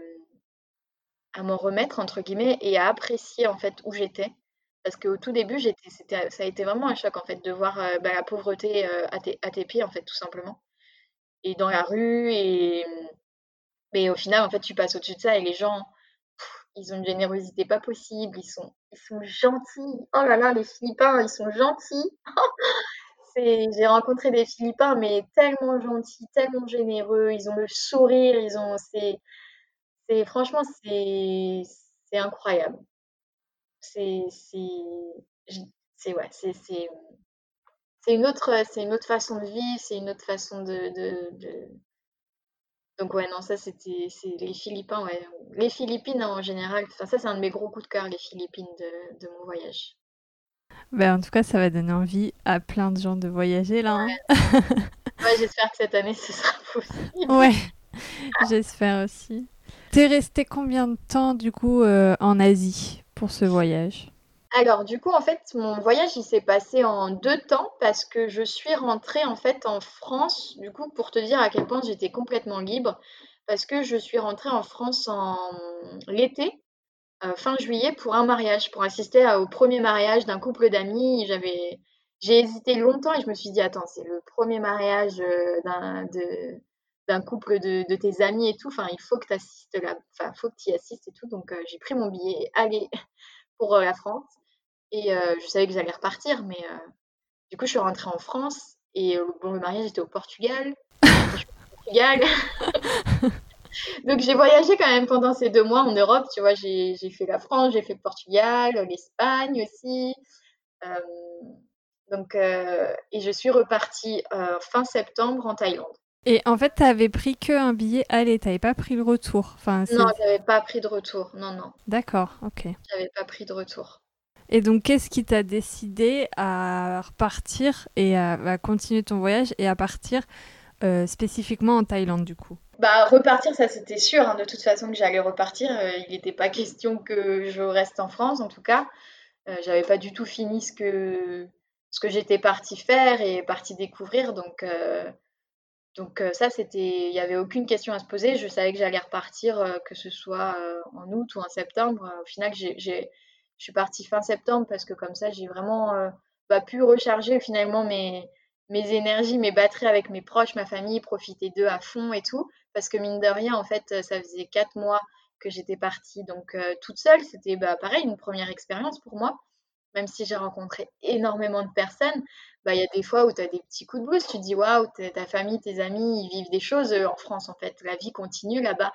à m'en remettre entre guillemets et à apprécier en fait où j'étais. Parce qu'au tout début, ça a été vraiment un choc en fait de voir bah, la pauvreté à tes pieds en fait tout simplement. Et dans la rue mais au final, en fait, tu passes au-dessus de ça et les gens, ils ont une générosité pas possible, ils sont gentils. Oh là là, les Philippins, ils sont gentils. J'ai rencontré des Philippins, mais tellement gentils, tellement généreux, ils ont le sourire, franchement, c'est incroyable. C'est, c'est, je- ouais, c'est une autre façon de vivre, c'est une autre façon donc ouais, non, c'est les Philippins, ouais. Les Philippines en général, enfin ça c'est un de mes gros coups de cœur, les Philippines de mon voyage. Ben, en tout cas, ça va donner envie à plein de gens de voyager là, hein. Ouais, j'espère que cette année ce sera possible. Ouais, j'espère aussi. T'es resté combien de temps du coup en Asie? pour ce voyage? Alors du coup, en fait, mon voyage, il s'est passé en 2 temps parce que je suis rentrée, en fait, en France, du coup, pour te dire à quel point j'étais complètement libre, parce que je suis rentrée en France en l'été, fin juillet pour un mariage, pour assister au premier mariage d'un couple d'amis. J'ai hésité longtemps et je me suis dit: «Attends, c'est le premier mariage, d'un couple de tes amis et tout, enfin, il faut que tu assistes là, enfin, faut que tu y assistes et tout», donc j'ai pris mon billet aller pour, la France et je savais que j'allais repartir, mais du coup, je suis rentrée en France et bon, le mariage était au Portugal. Après, je suis au Portugal. Donc, j'ai voyagé quand même pendant ces 2 mois en Europe, tu vois. J'ai fait la France, j'ai fait le Portugal, l'Espagne aussi. Hem, donc, et je suis repartie fin septembre en Thaïlande. Et en fait, tu avais pris qu'un billet aller, tu n'avais pas pris le retour. Enfin, Non, j'avais pas pris de retour. Non, non, D'accord, ok. j'avais pas pris de retour. Et donc, qu'est-ce qui t'a décidé à repartir et à continuer ton voyage et à partir spécifiquement en Thaïlande, du coup? Bah, repartir, ça c'était sûr, hein, de toute façon que j'allais repartir. Il n'était pas question que je reste en France, en tout cas. J'avais pas du tout fini ce que j'étais partie faire et partie découvrir, donc ça, il y avait aucune question à se poser. Je savais que j'allais repartir, que ce soit en août ou en septembre. Au final, je suis partie fin septembre parce que comme ça, j'ai vraiment bah, pu recharger finalement mes énergies, mes batteries avec mes proches, ma famille, profiter d'eux à fond et tout. Parce que mine de rien, en fait, ça faisait 4 mois que j'étais partie donc toute seule. C'était bah, pareil, une première expérience pour moi. Même si j'ai rencontré énormément de personnes, bah, il y a des fois où tu as des petits coups de blues. Tu te dis: «Waouh, ta famille, tes amis, ils vivent des choses, en France, en fait. La vie continue là-bas»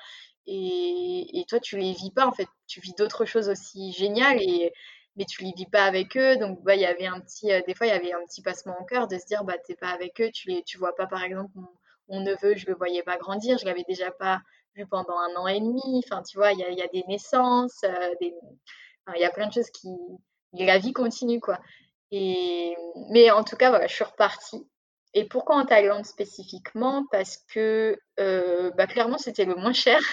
et toi, tu les vis pas, en fait. Tu vis d'autres choses aussi géniales mais tu les vis pas avec eux. Donc bah, il y avait des fois, il y avait un petit passement au cœur de se dire: «Bah, tu pas avec eux, tu vois pas, par exemple, mon neveu, je le voyais pas grandir, je l'avais déjà pas vu pendant 1 an et demi». Enfin, tu vois, il y a des naissances, enfin, il y a plein de choses qui la vie continue, quoi. Et mais en tout cas, voilà, je suis repartie. Et pourquoi en Thaïlande spécifiquement? Parce que, bah, clairement, c'était le moins cher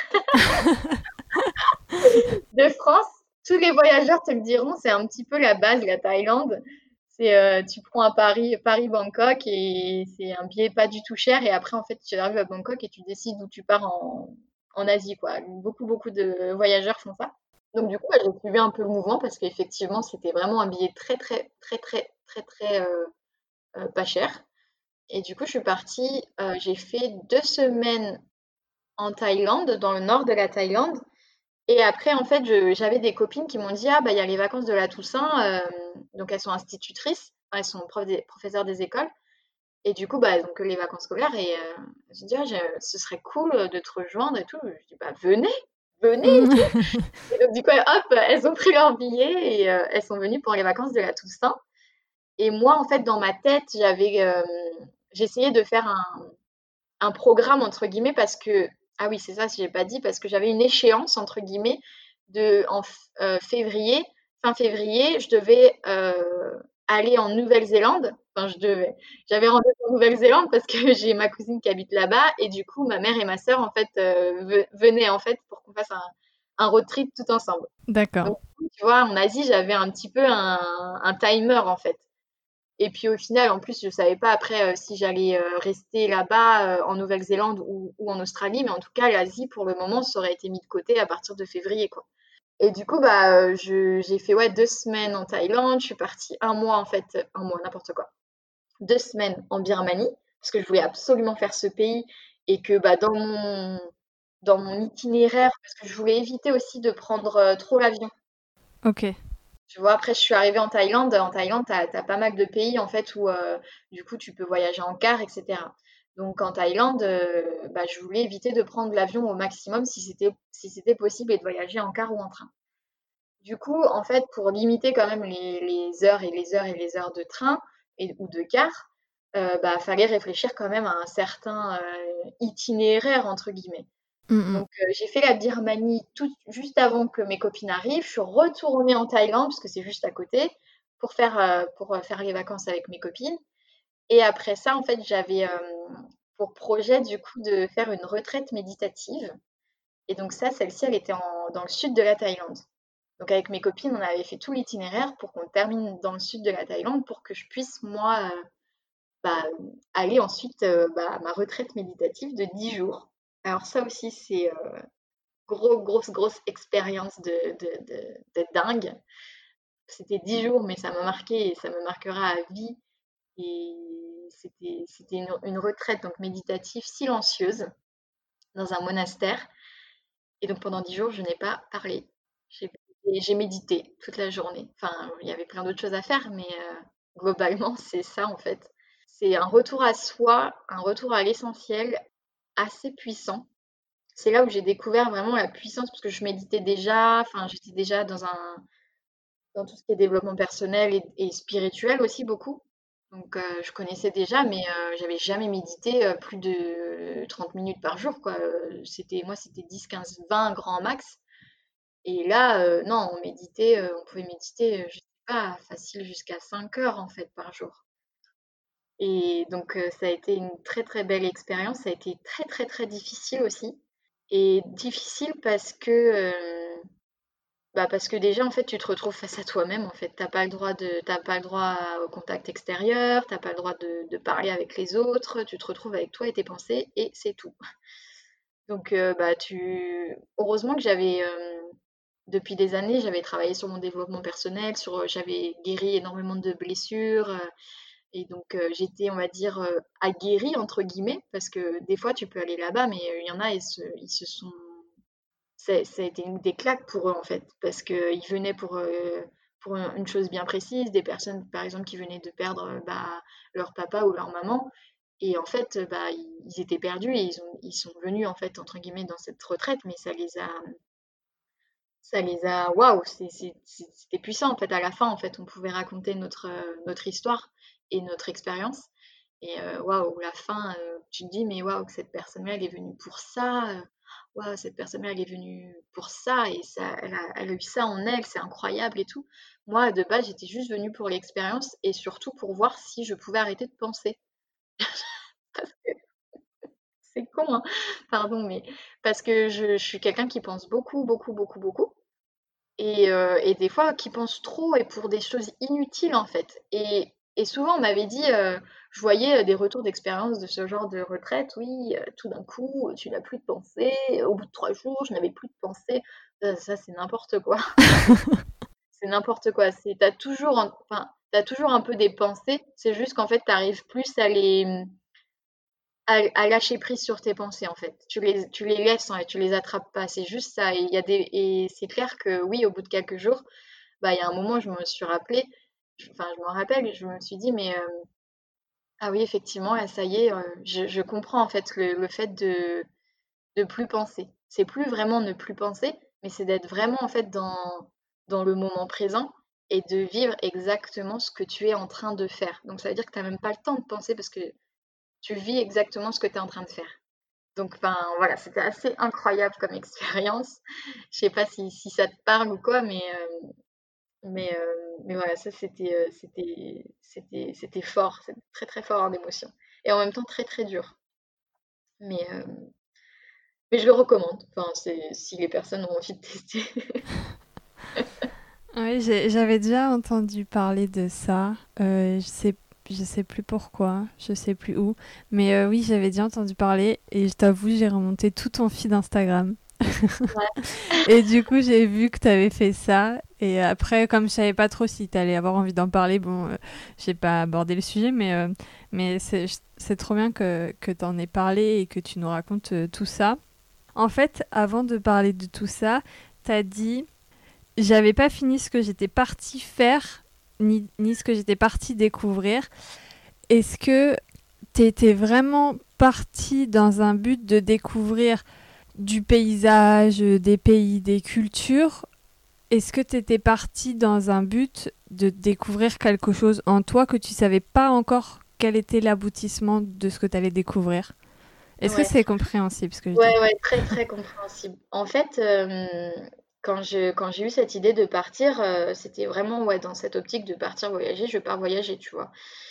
de France. Tous les voyageurs te le diront, c'est un petit peu la base, la Thaïlande. Tu prends un Paris-Bangkok et c'est un billet pas du tout cher et après, en fait, tu arrives à Bangkok et tu décides où tu pars en Asie, quoi. Beaucoup, beaucoup de voyageurs font ça. Donc du coup, bah, j'ai suivi un peu le mouvement parce qu'effectivement, c'était vraiment un billet très, très, très, très, très, très, pas cher. Et du coup, je suis partie, j'ai fait 2 semaines en Thaïlande, dans le nord de la Thaïlande. Et après, en fait, j'avais des copines qui m'ont dit: «Ah bah, il y a les vacances de la Toussaint», donc elles sont institutrices, enfin, elles sont professeurs des écoles. Et du coup, bah, donc les vacances scolaires et elles se dit: «Ah, ce serait cool, de te rejoindre et tout». Je dis: «Bah, venez, venez et tout». Et donc du coup, hop, elles ont pris leur billet et elles sont venues pour les vacances de la Toussaint. Et moi, en fait, dans ma tête, j'essayais de faire un «programme» entre guillemets parce que ah oui, c'est ça, si j'ai pas dit, parce que j'avais une «échéance» entre guillemets février, fin février, je devais, aller en Nouvelle-Zélande. Enfin, j'avais rendez-vous en Nouvelle-Zélande parce que j'ai ma cousine qui habite là-bas et du coup, ma mère et ma sœur, en fait, venaient, en fait, pour qu'on fasse un road trip tout ensemble. D'accord. Donc, tu vois, en Asie, j'avais un petit peu un timer, en fait. Et puis au final, en plus, je savais pas après si j'allais rester là-bas en Nouvelle-Zélande ou en Australie, mais en tout cas, l'Asie, pour le moment, ça aurait été mis de côté à partir de février, quoi. Et du coup, bah, j'ai fait ouais, 2 semaines en Thaïlande. Je suis partie un mois, en fait, un mois, n'importe quoi. 2 semaines en Birmanie, parce que je voulais absolument faire ce pays et que bah, dans mon itinéraire, parce que je voulais éviter aussi de prendre trop l'avion. Ok. Tu vois, après, je suis arrivée en Thaïlande. En Thaïlande, tu as pas mal de pays, en fait, où, du coup, tu peux voyager en car, et cetera. Donc en Thaïlande, bah, je voulais éviter de prendre l'avion au maximum si c'était possible et de voyager en car ou en train. Du coup, en fait, pour limiter quand même les heures et les heures et les heures de train ou de car, bah, fallait réfléchir quand même à un certain, «itinéraire» entre guillemets. Mm, Donc, j'ai fait la Birmanie tout juste avant que mes copines arrivent. Je suis retournée en Thaïlande, parce que c'est juste à côté, pour faire les vacances avec mes copines. Et après ça, en fait, j'avais, pour projet, du coup, de faire une retraite méditative. Et donc ça, celle-ci, elle était dans le sud de la Thaïlande. Donc avec mes copines, on avait fait tout l'itinéraire pour qu'on termine dans le sud de la Thaïlande pour que je puisse, moi, bah, aller ensuite à ma retraite méditative de 10 jours. Alors ça aussi, c'est grosse expérience de dingue. C'était 10 jours, mais ça m'a marqué et ça me marquera à vie. Et c'était une retraite donc méditative silencieuse dans un monastère. Et donc pendant 10 jours, je n'ai pas parlé. J'ai j'ai médité toute la journée. Enfin, il y avait plein d'autres choses à faire, mais globalement, c'est ça en fait. C'est un retour à soi, un retour à l'essentiel assez puissant. C'est là où j'ai découvert vraiment la puissance parce que je méditais déjà, enfin j'étais déjà dans tout ce qui est développement personnel et spirituel aussi beaucoup. Donc je connaissais déjà, mais j'avais jamais médité plus de 30 minutes par jour, quoi. C'était 10, 15, 20 grand max. Et là, non, on pouvait méditer, je sais pas, facile jusqu'à 5 heures en fait par jour. Et donc ça a été une très très belle expérience. Ça a été très très très difficile aussi. Et difficile parce que déjà en fait tu te retrouves face à toi-même en fait. T'as pas le droit au contact extérieur, t'as pas le droit de parler avec les autres, tu te retrouves avec toi et tes pensées et c'est tout. Donc heureusement que depuis des années, j'avais travaillé sur mon développement personnel, j'avais guéri énormément de blessures et donc j'étais on va dire aguerrie entre guillemets parce que des fois tu peux aller là-bas mais il y en a ils se sont ça a été des claques pour eux en fait, parce qu'ils venaient pour une chose bien précise, des personnes par exemple qui venaient de perdre leur papa ou leur maman, et en fait ils étaient perdus et ils sont venus en fait entre guillemets dans cette retraite, mais waouh, c'était puissant en fait. À la fin en fait, on pouvait raconter notre histoire et notre expérience. Et waouh, la fin, tu te dis, mais waouh, que cette personne-là, elle est venue pour ça. Waouh, cette personne-là, elle est venue pour ça. Et ça, elle a eu ça en elle, c'est incroyable et tout. Moi, de base, j'étais juste venue pour l'expérience et surtout pour voir si je pouvais arrêter de penser. Parce que c'est con, hein, pardon, mais parce que je suis quelqu'un qui pense beaucoup. Et des fois qui pensent trop et pour des choses inutiles en fait. Et souvent on m'avait dit, je voyais des retours d'expérience de ce genre de retraite, oui, tout d'un coup tu n'as plus de pensée, au bout de 3 jours je n'avais plus de pensée. Ça c'est n'importe quoi. C'est n'importe quoi. T'as toujours un peu des pensées, c'est juste qu'en fait t'arrives plus à lâcher prise sur tes pensées en fait. Tu les laisses, hein, et tu les attrapes pas. C'est juste ça. Et c'est clair que oui, au bout de quelques jours, il y a un moment, je me suis rappelée, enfin, je me rappelle, je me suis dit, mais ah oui, effectivement, là, ça y est, je comprends en fait le fait de plus penser. C'est plus vraiment ne plus penser, mais c'est d'être vraiment en fait dans le moment présent et de vivre exactement ce que tu es en train de faire. Donc ça veut dire que tu n'as même pas le temps de penser parce que tu vis exactement ce que tu es en train de faire. Donc, enfin, voilà, c'était assez incroyable comme expérience. Je sais pas si ça te parle ou quoi, mais voilà, ça c'était fort, c'était très très fort en émotion. Et en même temps très très dur. Mais, euh, mais je le recommande, enfin, si les personnes ont envie de tester. Oui, j'avais déjà entendu parler de ça. Je sais plus pourquoi, je sais plus où. Mais oui, j'avais déjà entendu parler et je t'avoue, j'ai remonté tout ton feed Instagram. Ouais, Et du coup, j'ai vu que tu avais fait ça. Et après, comme je savais pas trop si tu allais avoir envie d'en parler, bon, j'ai pas abordé le sujet, mais c'est trop bien que tu en aies parlé et que tu nous racontes tout ça. En fait, avant de parler de tout ça, tu as dit j'avais pas fini ce que j'étais partie faire, ni ce que j'étais partie découvrir. Est-ce que t'étais vraiment partie dans un but de découvrir du paysage, des pays, des cultures? Est-ce que t'étais partie dans un but de découvrir quelque chose en toi que tu savais pas encore quel était l'aboutissement de ce que t'allais découvrir? Est-ce que ouais, c'est compréhensible ce que je dis? ouais, très très compréhensible. En fait, quand j'ai eu cette idée de partir, c'était vraiment ouais, dans cette optique de partir voyager, je pars voyager, tu vois.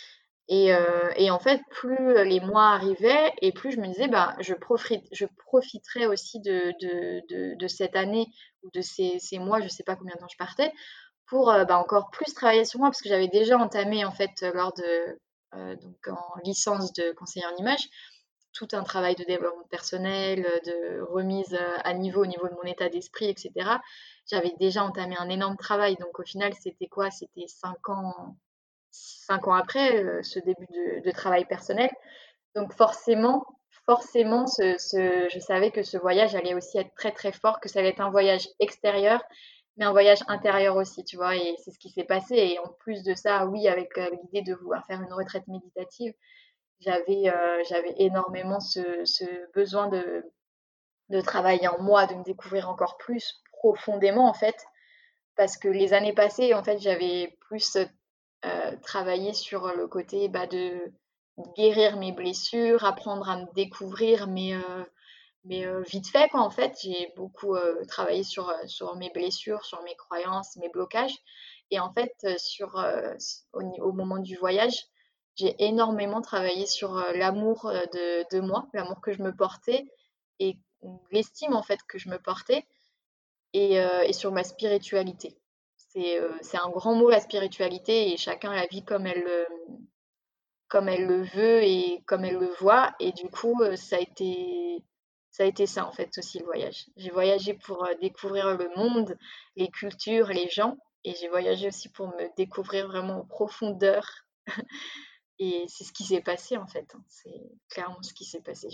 Et en fait, plus les mois arrivaient et plus je me disais, bah, je profiterai aussi de cette année ou de ces mois, je sais pas combien de temps je partais, pour bah, encore plus travailler sur moi, parce que j'avais déjà entamé, en fait, donc en licence de conseiller en image, tout un travail de développement personnel, de remise à niveau au niveau de mon état d'esprit, etc. J'avais déjà entamé un énorme travail, donc au final, c'était quoi? C'était 5 ans après ce début de travail personnel. Donc forcément, je savais que ce voyage allait aussi être très très fort, que ça allait être un voyage extérieur, mais un voyage intérieur aussi, tu vois. Et c'est ce qui s'est passé. Et en plus de ça, oui, avec l'idée de vouloir faire une retraite méditative, j'avais énormément ce besoin de travailler en moi, de me découvrir encore plus profondément, en fait. Parce que les années passées, en fait, j'avais plus travaillé sur le côté bah, de guérir mes blessures, apprendre à me découvrir, mais vite fait, quoi, en fait. J'ai beaucoup travaillé sur mes blessures, sur mes croyances, mes blocages. Et en fait, au moment du voyage, j'ai énormément travaillé sur l'amour de moi, l'amour que je me portais et l'estime, en fait, que je me portais et sur ma spiritualité. C'est un grand mot, la spiritualité, et chacun la vit comme elle le veut et comme elle le voit. Et du coup, ça a été ça, en fait, aussi, le voyage. J'ai voyagé pour découvrir le monde, les cultures, les gens, et j'ai voyagé aussi pour me découvrir vraiment en profondeur. Et c'est ce qui s'est passé, en fait, hein. C'est clairement ce qui s'est passé.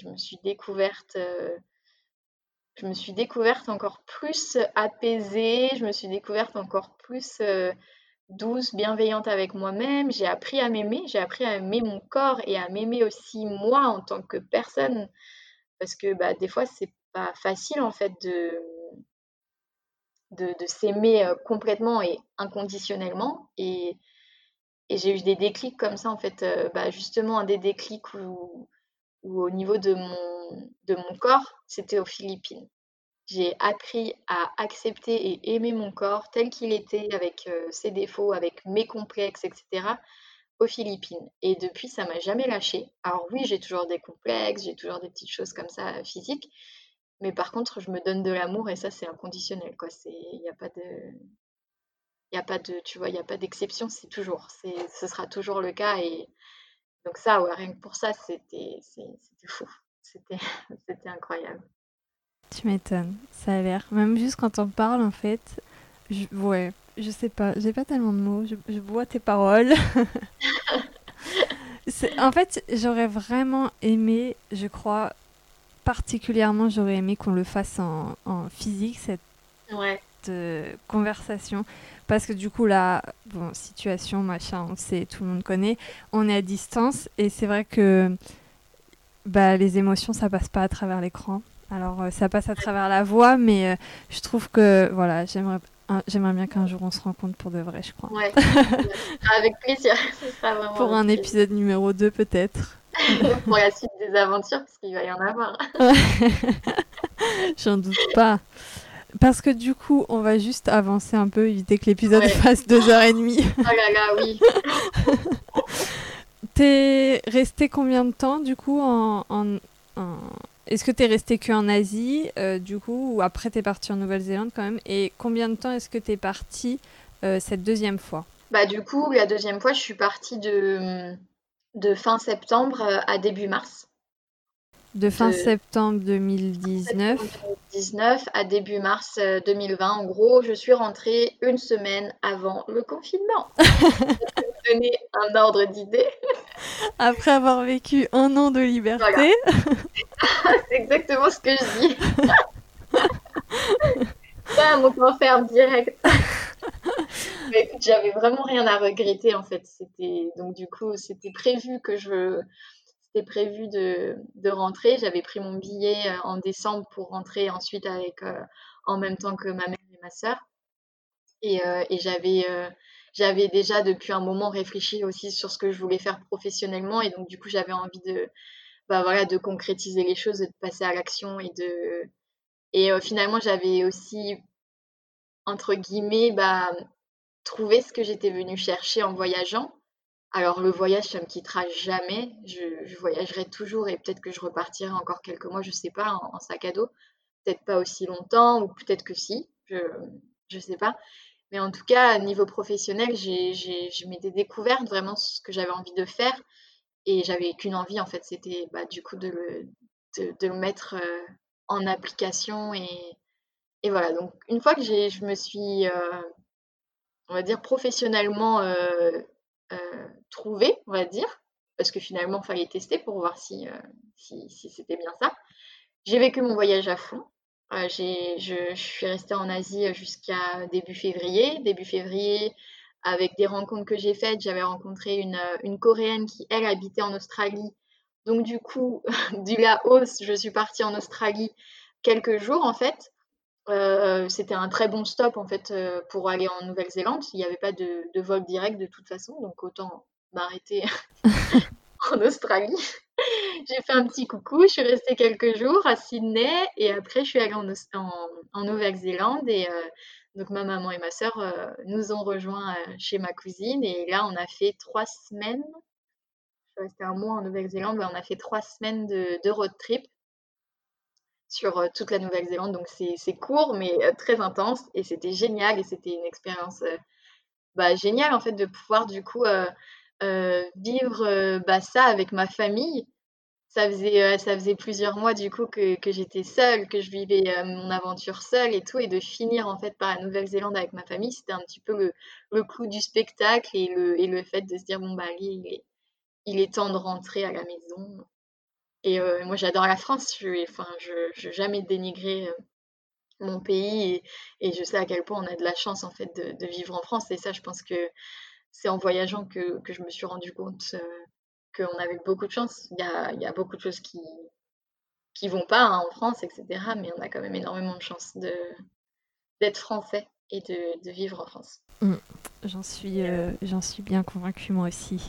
Je me suis découverte encore plus apaisée, je me suis découverte encore plus douce, bienveillante avec moi-même. J'ai appris à aimer mon corps et à m'aimer aussi moi en tant que personne. Parce que bah, des fois, c'est pas facile en fait de s'aimer complètement et inconditionnellement. Et j'ai eu des déclics comme ça en fait. Bah, justement, un des déclics où au niveau de mon corps, c'était aux Philippines. J'ai appris à accepter et aimer mon corps tel qu'il était, avec ses défauts, avec mes complexes, etc., aux Philippines. Et depuis, ça m'a jamais lâchée. Alors oui, j'ai toujours des complexes, j'ai toujours des petites choses comme ça physiques, mais par contre, je me donne de l'amour et ça, c'est inconditionnel, quoi. Il n'y a pas de, tu vois, il n'y a pas d'exception, ce sera toujours le cas. Et donc ça, ouais, rien que pour ça, c'était fou. C'était, c'était incroyable. Tu m'étonnes, ça a l'air. Même juste quand on parle, en fait, ouais, je sais pas, j'ai pas tellement de mots, je vois tes paroles. En fait, j'aurais vraiment aimé, je crois, particulièrement, j'aurais aimé qu'on le fasse en physique, cette Ouais. Conversation. Parce que du coup, là, bon, situation, machin, on sait, tout le monde connaît, on est à distance et c'est vrai que bah, les émotions, ça passe pas à travers l'écran. Alors, ça passe à travers la voix, mais je trouve que, voilà, j'aimerais bien qu'un jour on se rencontre pour de vrai, je crois. Ouais, avec plaisir. Ce sera vraiment Pour avec un plaisir. épisode numéro 2, peut-être. Pour la suite des aventures, parce qu'il va y en avoir. J'en doute pas. Parce que du coup, on va juste avancer un peu, éviter que l'épisode Ouais. fasse 2h30. Oh là là, oui. T'es resté combien de temps du coup Est-ce que t'es resté qu'en Asie du coup ou après t'es parti en Nouvelle-Zélande quand même? Et combien de temps est-ce que t'es parti cette deuxième fois? Bah, du coup, la deuxième fois, je suis partie de fin septembre à début mars. De fin De septembre septembre 2019. 2019 à début mars 2020. En gros, je suis rentrée une semaine avant le confinement. Pour vous donner un ordre d'idée. Après avoir vécu 1 an de Voilà, liberté. c'est exactement ce que je dis. Ça, mon enferme direct. Mais écoute, j'avais vraiment rien à regretter en fait. Donc du coup, c'était prévu de rentrer. J'avais pris mon billet en décembre pour rentrer ensuite en même temps que ma mère et ma sœur. Et j'avais déjà depuis un moment réfléchi aussi sur ce que je voulais faire professionnellement. Et donc du coup, j'avais envie bah voilà, de concrétiser les choses, de passer à l'action et finalement, j'avais aussi entre guillemets, bah, trouvé ce que j'étais venue chercher en voyageant, Alors le voyage, ça me quittera jamais. Je voyagerai toujours et peut-être que je repartirai encore quelques mois, je sais pas, en sac à dos. Peut-être pas aussi longtemps ou peut-être que si, je sais pas. Mais en tout cas, niveau professionnel, je m'étais découverte vraiment ce que j'avais envie de faire et j'avais qu'une envie en fait, c'était du coup de le mettre en application et voilà. Donc une fois que je me suis, on va dire professionnellement trouvée, on va dire, parce que finalement, il fallait tester pour voir si c'était bien ça. J'ai vécu mon voyage à fond. Je suis restée en Asie jusqu'à début février. Début février, avec des rencontres que j'ai faites, j'avais rencontré une Coréenne qui, elle, habitait en Australie. Donc du coup, du Laos, je suis partie en Australie quelques jours en fait. C'était un très bon stop en fait pour aller en Nouvelle-Zélande. Il n'y avait pas de vol direct de toute façon, donc autant m'arrêter en Australie. J'ai fait un petit coucou, je suis restée quelques jours à Sydney et après je suis allée en Nouvelle-Zélande et donc ma maman et ma sœur nous ont rejoints chez ma cousine et là on a fait 3 semaines, je suis restée un mois en Nouvelle-Zélande, on a fait 3 semaines de road trip sur toute la Nouvelle-Zélande, donc c'est court mais très intense et c'était génial et c'était une expérience géniale en fait de pouvoir du coup vivre ça avec ma famille. Ça faisait plusieurs mois du coup que j'étais seule, que je vivais mon aventure seule et tout, et de finir en fait par la Nouvelle-Zélande avec ma famille, c'était un petit peu le clou du spectacle et le fait de se dire bon bah allez, il est temps de rentrer à la maison. Et moi j'adore la France, je jamais dénigré mon pays et je sais à quel point on a de la chance en fait de vivre en France et ça je pense que c'est en voyageant que je me suis rendu compte qu'on avait beaucoup de chance. Il y a beaucoup de choses qui vont pas hein, en France, etc. Mais on a quand même énormément de chance d'être français et de vivre en France. Mm. Et, J'en suis bien convaincue moi aussi.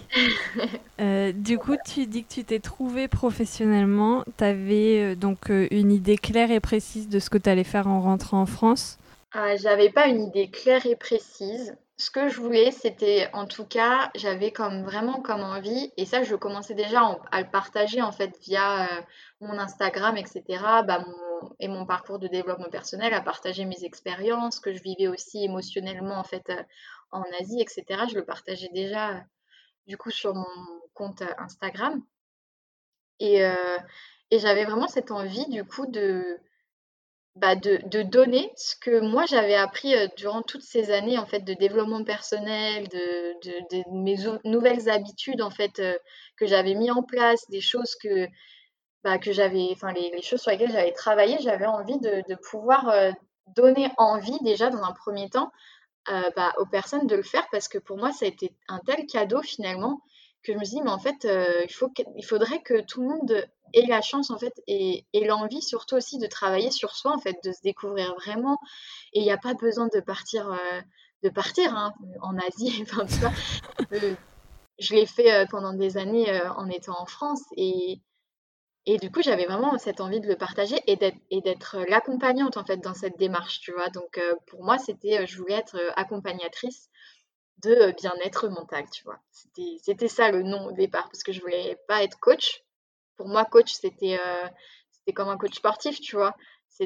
Du coup, tu dis que tu t'es trouvée professionnellement. Tu avais donc une idée claire et précise de ce que tu allais faire en rentrant en France. j'avais pas une idée claire et précise. Ce que je voulais, c'était, en tout cas, j'avais comme vraiment comme envie, et ça, je commençais déjà à le partager en fait via mon Instagram, etc. Et mon parcours de développement personnel, à partager mes expériences, que je vivais aussi émotionnellement en fait en Asie, etc. Je le partageais déjà du coup sur mon compte Instagram, et, euh, et j'avais vraiment cette envie du coup de donner ce que moi j'avais appris durant toutes ces années en fait de développement personnel, de mes nouvelles habitudes en fait que j'avais mis en place, des choses que j'avais, enfin les choses sur lesquelles j'avais travaillé, j'avais envie de pouvoir donner envie déjà dans un premier temps aux personnes de le faire parce que pour moi ça a été un tel cadeau finalement que je me suis dit mais en fait il faudrait que tout le monde ait la chance en fait et l'envie surtout aussi de travailler sur soi en fait de se découvrir vraiment et il n'y a pas besoin de partir hein, en Asie enfin tu vois euh, je l'ai fait pendant des années en étant en France et du coup, j'avais vraiment cette envie de le partager et d'être l'accompagnante en fait dans cette démarche, tu vois. Donc pour moi, c'était, je voulais être accompagnatrice de bien-être mental, tu vois. C'était ça le nom au départ parce que je voulais pas être coach. Pour moi, coach, c'était comme un coach sportif, tu vois.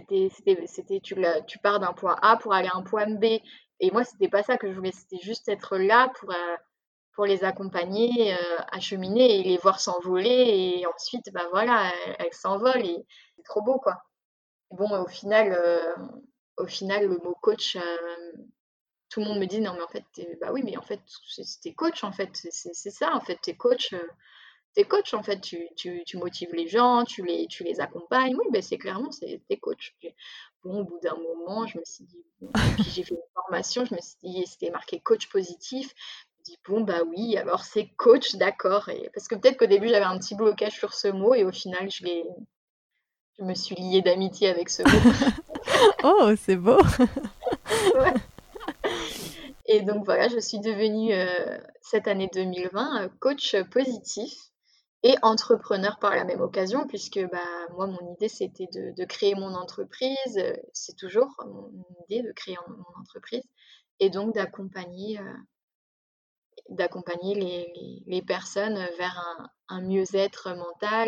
Tu pars d'un point A pour aller à un point B. Et moi, c'était pas ça que je voulais. C'était juste être là pour les accompagner à cheminer et les voir s'envoler et ensuite bah voilà elles s'envolent et c'est trop beau quoi. Et bon au final le mot coach tout le monde me dit non mais en fait bah oui mais en fait t'es coach en fait c'est ça en fait t'es coach en fait tu motives les gens tu les accompagnes oui ben c'est clairement c'est t'es coach. Puis, bon au bout d'un moment je me suis dit bon, et puis j'ai fait une formation je me suis dit c'était marqué coach positif je me dis bon bah oui alors c'est coach d'accord et parce que peut-être qu'au début j'avais un petit blocage sur ce mot et au final je me suis liée d'amitié avec ce mot. Oh, c'est beau. Ouais. Et donc voilà, je suis devenue cette année 2020 coach positif et entrepreneur par la même occasion, puisque moi, mon idée, c'était de créer mon entreprise. C'est toujours mon idée de créer mon entreprise et donc d'accompagner d'accompagner les personnes vers un mieux-être mental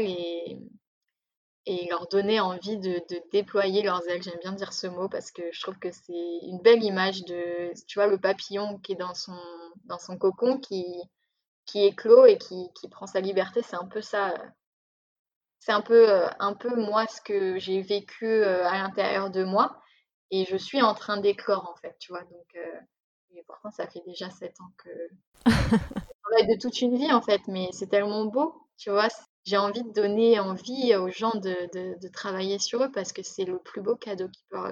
et leur donner envie de déployer leurs ailes. J'aime bien dire ce mot parce que je trouve que c'est une belle image de, tu vois, le papillon qui est dans son cocon, qui éclot et qui prend sa liberté. C'est un peu ça. C'est un peu moi ce que j'ai vécu à l'intérieur de moi. Et je suis en train d'éclore, en fait, tu vois. Donc, et pourtant, ça fait déjà 7 ans que travail de toute une vie, en fait, mais c'est tellement beau, tu vois. J'ai envie de donner envie aux gens de travailler sur eux parce que c'est le plus beau cadeau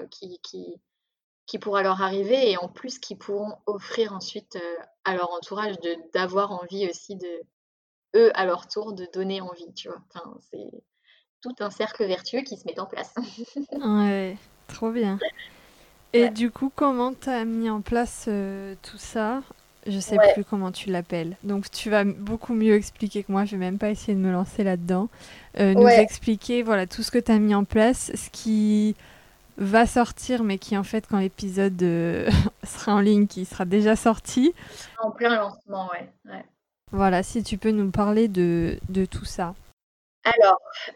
qui pourra leur arriver et en plus qui pourront offrir ensuite à leur entourage d'avoir envie aussi eux, à leur tour, de donner envie, tu vois. Enfin, c'est tout un cercle vertueux qui se met en place. Ouais, trop bien. Et Ouais. du coup, comment t'as mis en place tout ça? Je sais Ouais, plus comment tu l'appelles. Donc tu vas beaucoup mieux expliquer que moi, je vais même pas essayer de me lancer là-dedans. Nous ouais. expliquer voilà tout ce que tu as mis en place, ce qui va sortir, mais qui en fait quand l'épisode sera en ligne, qui sera déjà sorti. En plein lancement, ouais. Ouais. Voilà, si tu peux nous parler de tout ça. Alors,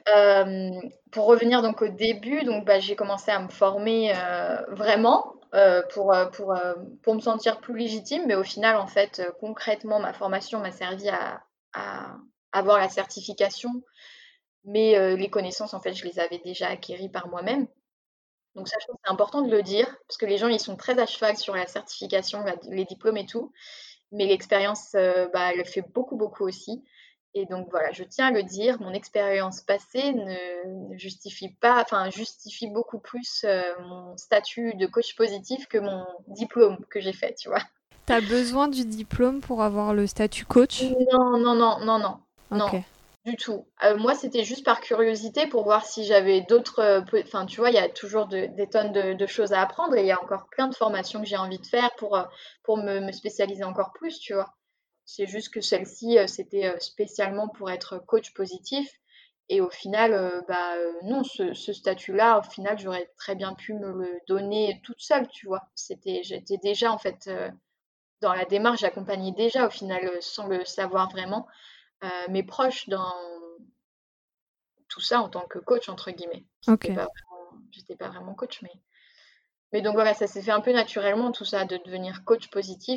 pour revenir donc au début, donc bah, j'ai commencé à me former vraiment pour me sentir plus légitime, mais au final, en fait, concrètement, ma formation m'a servi à avoir la certification, mais les connaissances, en fait, je les avais déjà acquéries par moi-même. Donc ça, je trouve que c'est important de le dire, parce que les gens, ils sont très à cheval sur la certification, les diplômes et tout. Mais l'expérience, bah, elle le fait beaucoup, beaucoup aussi. Et donc voilà, je tiens à le dire, mon expérience passée ne justifie pas, enfin justifie beaucoup plus mon statut de coach positif que mon diplôme que j'ai fait, tu vois. T'as besoin du diplôme pour avoir le statut coach? Non, non, non, non, non, Ok. non, du tout. Moi, c'était juste par curiosité pour voir si j'avais d'autres. Enfin, tu vois, il y a toujours des tonnes de choses à apprendre et il y a encore plein de formations que j'ai envie de faire pour me spécialiser encore plus, tu vois. C'est juste que celle-ci, c'était spécialement pour être coach positif. Et au final, bah, non, ce statut-là, au final, j'aurais très bien pu me le donner toute seule, tu vois. J'étais déjà, en fait, dans la démarche, j'accompagnais déjà, au final, sans le savoir vraiment, mes proches dans tout ça en tant que coach, entre guillemets. Ok. J'étais pas vraiment coach, mais donc voilà, ça s'est fait un peu naturellement, tout ça, de devenir coach positif,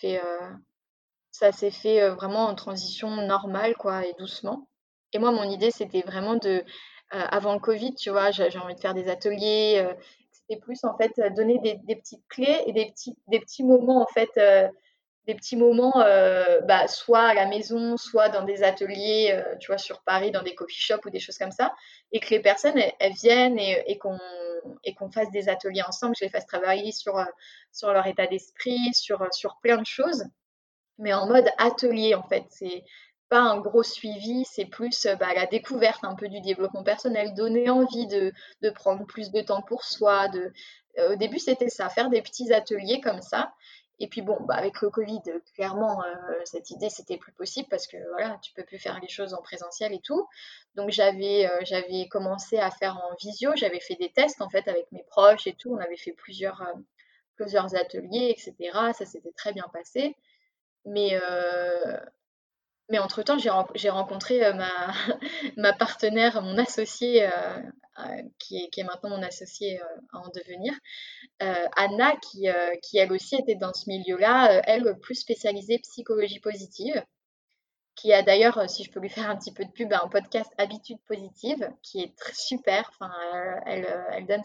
ça s'est fait vraiment en transition normale, quoi, et doucement. Et moi, mon idée, c'était vraiment avant le Covid, tu vois, j'avais envie de faire des ateliers. C'était plus, en fait, donner des petites clés et des petits moments, en fait, des petits moments, bah, soit à la maison, soit dans des ateliers, tu vois, sur Paris, dans des coffee shops ou des choses comme ça, et que les personnes, elles viennent et qu'on fasse des ateliers ensemble, je les fasse travailler sur leur état d'esprit, sur plein de choses mais en mode atelier en fait. C'est pas un gros suivi, c'est plus bah, la découverte un peu du développement personnel, donner envie de prendre plus de temps pour soi. Au début, c'était ça, faire des petits ateliers comme ça. Et puis bon, bah, avec le Covid, clairement, cette idée, c'était plus possible parce que voilà, tu peux plus faire les choses en présentiel et tout. Donc j'avais commencé à faire en visio, j'avais fait des tests en fait avec mes proches et tout. On avait fait plusieurs ateliers, etc. Ça s'était très bien passé. Mais, heu, mais entre-temps, j'ai rencontré ma partenaire, mon associée, qui est maintenant mon associée à en devenir, Anna, qui elle aussi était dans ce milieu-là, elle plus spécialisée psychologie positive, qui a d'ailleurs, si je peux lui faire un petit peu de pub, un podcast Habitudes positives, qui est super. Enfin, elle donne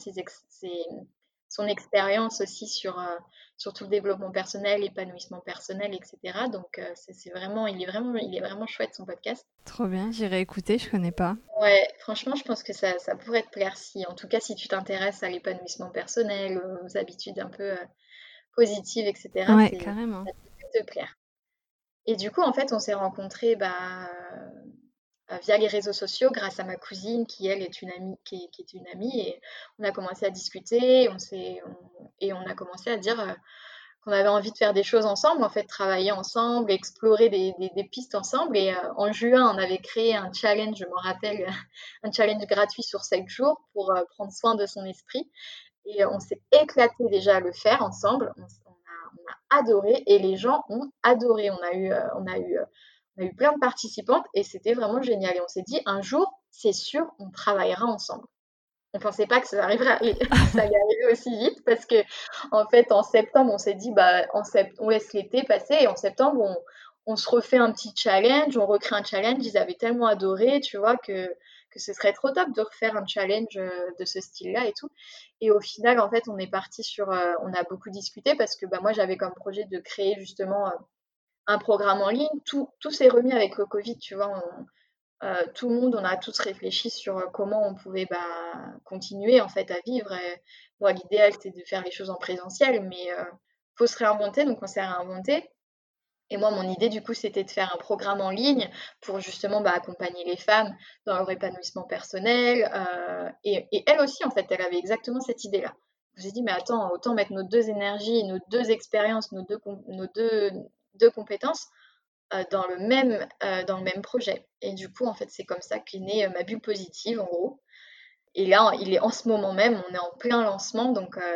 son expérience aussi sur tout le développement personnel, l'épanouissement personnel, etc. Donc, il est vraiment chouette son podcast. Trop bien, j'irai écouter, je connais pas. Ouais, franchement, je pense que ça pourrait te plaire en tout cas, si tu t'intéresses à l'épanouissement personnel, aux habitudes un peu positives, etc. Ouais, carrément. Ça peut te plaire. Et du coup, en fait, on s'est rencontrés bah, via les réseaux sociaux grâce à ma cousine qui, elle, est une amie, qui est une amie. Et on a commencé à discuter et on a commencé à dire qu'on avait envie de faire des choses ensemble, en fait, travailler ensemble, explorer des pistes ensemble. Et en juin, on avait créé un challenge, je me rappelle, un challenge gratuit sur 7 jours pour prendre soin de son esprit. Et on s'est éclaté déjà à le faire ensemble. On a adoré et les gens ont adoré. On a eu plein de participantes et c'était vraiment génial. Et on s'est dit, un jour, c'est sûr, on travaillera ensemble. On pensait pas que ça arriverait, ça allait arriver aussi vite parce que en fait, en septembre, on s'est dit, on laisse l'été passer et en septembre, on se refait un petit challenge, on recrée un challenge. Ils avaient tellement adoré, tu vois, que ce serait trop top de refaire un challenge de ce style-là et tout. Et au final, en fait, on est parti on a beaucoup discuté parce que moi, j'avais comme projet de créer justement un programme en ligne. Tout s'est remis avec le Covid, tu vois. Tout le monde, on a tous réfléchi sur comment on pouvait continuer en fait à vivre. Et, bon, l'idéal, c'était de faire les choses en présentiel, mais faut se réinventer, donc on s'est réinventé. Et moi, mon idée, du coup, c'était de faire un programme en ligne pour justement accompagner les femmes dans leur épanouissement personnel. Et elle aussi, en fait, elle avait exactement cette idée-là. Je me suis dit, mais attends, autant mettre nos deux énergies, nos deux expériences, nos deux compétences dans le même projet. Et du coup, en fait, c'est comme ça qu'est née ma bulle positive, en gros. Et là, il est en ce moment même, on est en plein lancement.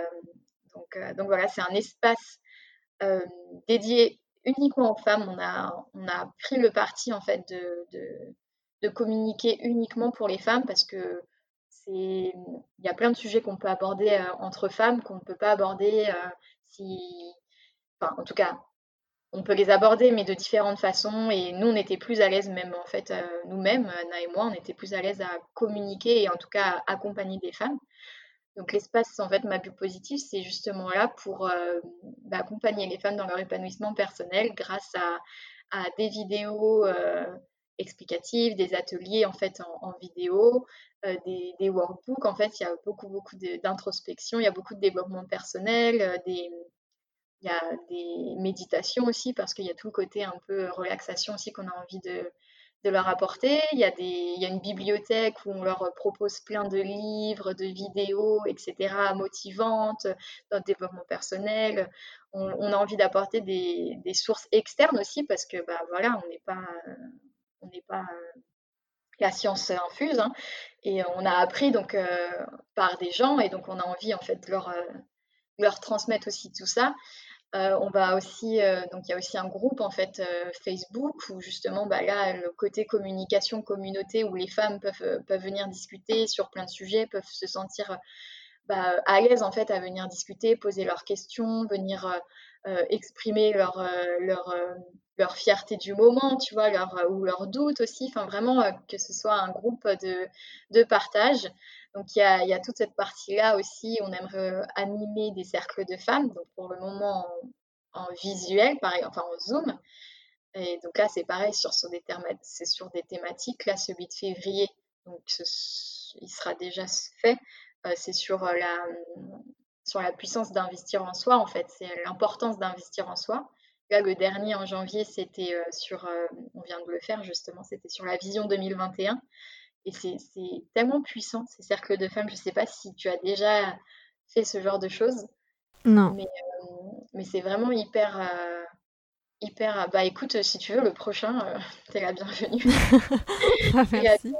Donc voilà, c'est un espace euh, dédié uniquement aux femmes. On a pris le parti, en fait, de communiquer uniquement pour les femmes parce que il y a plein de sujets qu'on peut aborder entre femmes qu'on ne peut pas aborder si. Enfin, en tout cas, on peut les aborder, mais de différentes façons. Et nous, on était plus à l'aise, même en fait, nous-mêmes, Anna et moi, on était plus à l'aise à communiquer et en tout cas à accompagner des femmes. Donc l'espace, en fait, ma bulle positive, c'est justement là pour accompagner les femmes dans leur épanouissement personnel grâce à des vidéos explicatives, des ateliers en fait en vidéo, des workbooks. En fait, il y a beaucoup d'introspection, il y a beaucoup de développement personnel, il y a des méditations aussi, parce qu'il y a tout le côté un peu relaxation aussi qu'on a envie de leur apporter. Il y a une bibliothèque où on leur propose plein de livres, de vidéos, etc., motivantes, dans le développement personnel. On a envie d'apporter des sources externes aussi, parce que voilà, on n'est pas la science infuse, hein, et on a appris donc par des gens, et donc on a envie en fait de leur transmettre aussi tout ça. On va aussi, donc il y a aussi un groupe en fait Facebook où justement là le côté communication, communauté où les femmes peuvent venir discuter sur plein de sujets, peuvent se sentir à l'aise en fait à venir discuter, poser leurs questions, venir exprimer leur fierté du moment, tu vois, ou leurs doutes aussi, enfin vraiment que ce soit un groupe de partage. Donc il y a toute cette partie-là aussi, on aimerait animer des cercles de femmes, donc pour le moment en visuel, pareil, enfin en Zoom. Et donc là c'est pareil, c'est sur des thématiques, là celui de février, donc il sera déjà fait. C'est sur la puissance d'investir en soi, en fait. C'est l'importance d'investir en soi. Là, le dernier en janvier, c'était on vient de le faire justement, c'était sur la vision 2021. Et c'est tellement puissant, ces cercles de femmes. Je ne sais pas si tu as déjà fait ce genre de choses, Non. mais c'est vraiment hyper. Bah écoute, si tu veux, le prochain, t'es la bienvenue. Merci.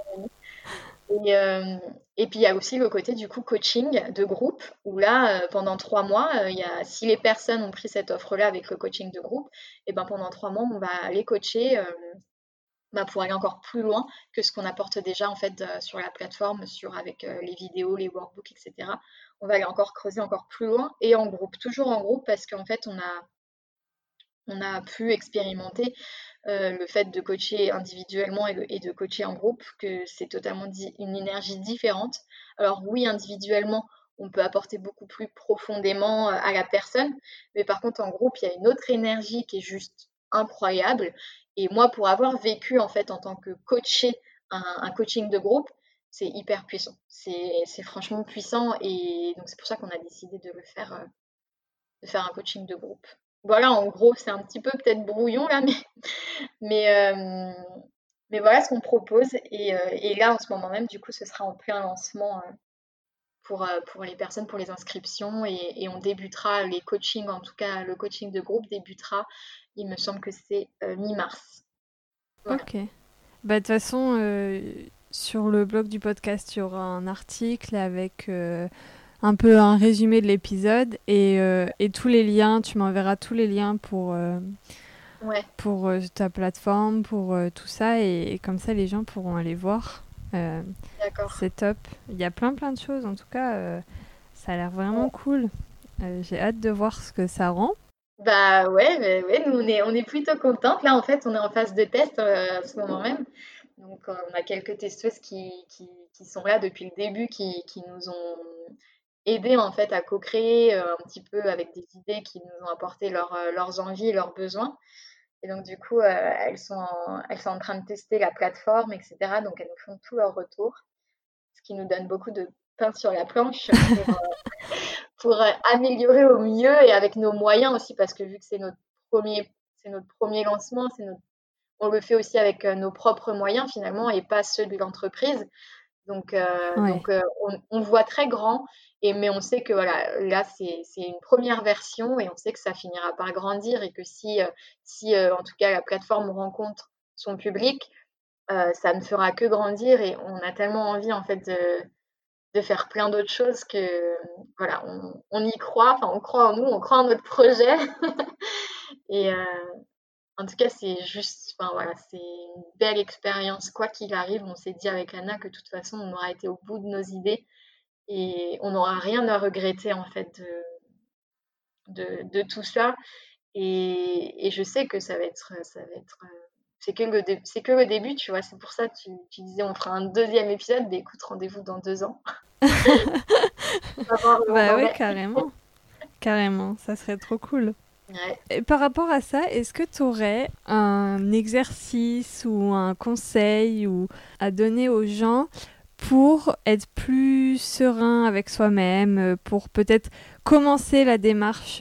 Et puis il y a aussi le côté du coup coaching de groupe où là pendant 3 mois, si les personnes ont pris cette offre-là avec le coaching de groupe, et ben pendant 3 mois on va les coacher pour aller encore plus loin que ce qu'on apporte déjà en fait sur la plateforme, avec les vidéos, les workbooks, etc. On va aller encore creuser encore plus loin et en groupe, toujours en groupe parce qu'en fait on a pu expérimenter le fait de coacher individuellement et de coacher en groupe, que c'est totalement une énergie différente. Alors oui, individuellement, on peut apporter beaucoup plus profondément à la personne, mais par contre en groupe, il y a une autre énergie qui est juste incroyable. Et moi, pour avoir vécu en fait en tant que coaché un coaching de groupe, c'est hyper puissant. C'est franchement puissant et donc c'est pour ça qu'on a décidé de faire un coaching de groupe. Voilà, en gros, c'est un petit peu peut-être brouillon là, mais, euh, mais voilà ce qu'on propose. Et là, en ce moment même, du coup, ce sera en plein lancement pour les personnes, pour les inscriptions. Et on débutera les coachings, en tout cas, le coaching de groupe débutera, il me semble que c'est mi-mars. Voilà. Ok. De toute façon, sur le blog du podcast, il y aura un article avec un peu un résumé de l'épisode et tous les liens, tu m'enverras tous les liens Ouais, pour ta plateforme, pour tout ça et comme ça les gens pourront aller voir. Euh, d'accord. c'est top. Il y a plein de choses en tout cas. Ça a l'air vraiment cool. J'ai hâte de voir ce que ça rend. Bah ouais, nous on est plutôt contentes. Là, en fait, on est en phase de test à ce moment même. Donc, on a quelques testeuses qui sont là depuis le début, qui nous ont aidés en fait à co-créer un petit peu avec des idées qui nous ont apporté leurs envies, leurs besoins. Et donc, du coup, elles sont en train de tester la plateforme, etc. Donc, elles nous font tout leur retour, ce qui nous donne beaucoup de pain sur la planche pour améliorer au mieux et avec nos moyens aussi, parce que vu que c'est notre premier lancement, on le fait aussi avec nos propres moyens finalement et pas ceux de l'entreprise. Donc, Ouais. on voit très grand, mais on sait que voilà, là, c'est une première version et on sait que ça finira par grandir et que si en tout cas la plateforme rencontre son public, ça ne fera que grandir et on a tellement envie en fait de faire plein d'autres choses que voilà, on y croit, enfin on croit en nous, on croit en notre projet et en tout cas c'est juste, enfin voilà, c'est une belle expérience quoi qu'il arrive. On s'est dit avec Anna que de toute façon on aura été au bout de nos idées et on n'aura rien à regretter en fait de tout ça et je sais que ça va être c'est que le début, tu vois. C'est pour ça que tu disais on fera un deuxième épisode, mais écoute, rendez-vous dans 2 ans. On va voir où on Bah en ouais, est. carrément. Carrément, ça serait trop cool. Ouais. Et par rapport à ça, est-ce que tu aurais un exercice ou un conseil ou à donner aux gens pour être plus serein avec soi-même, pour peut-être commencer la démarche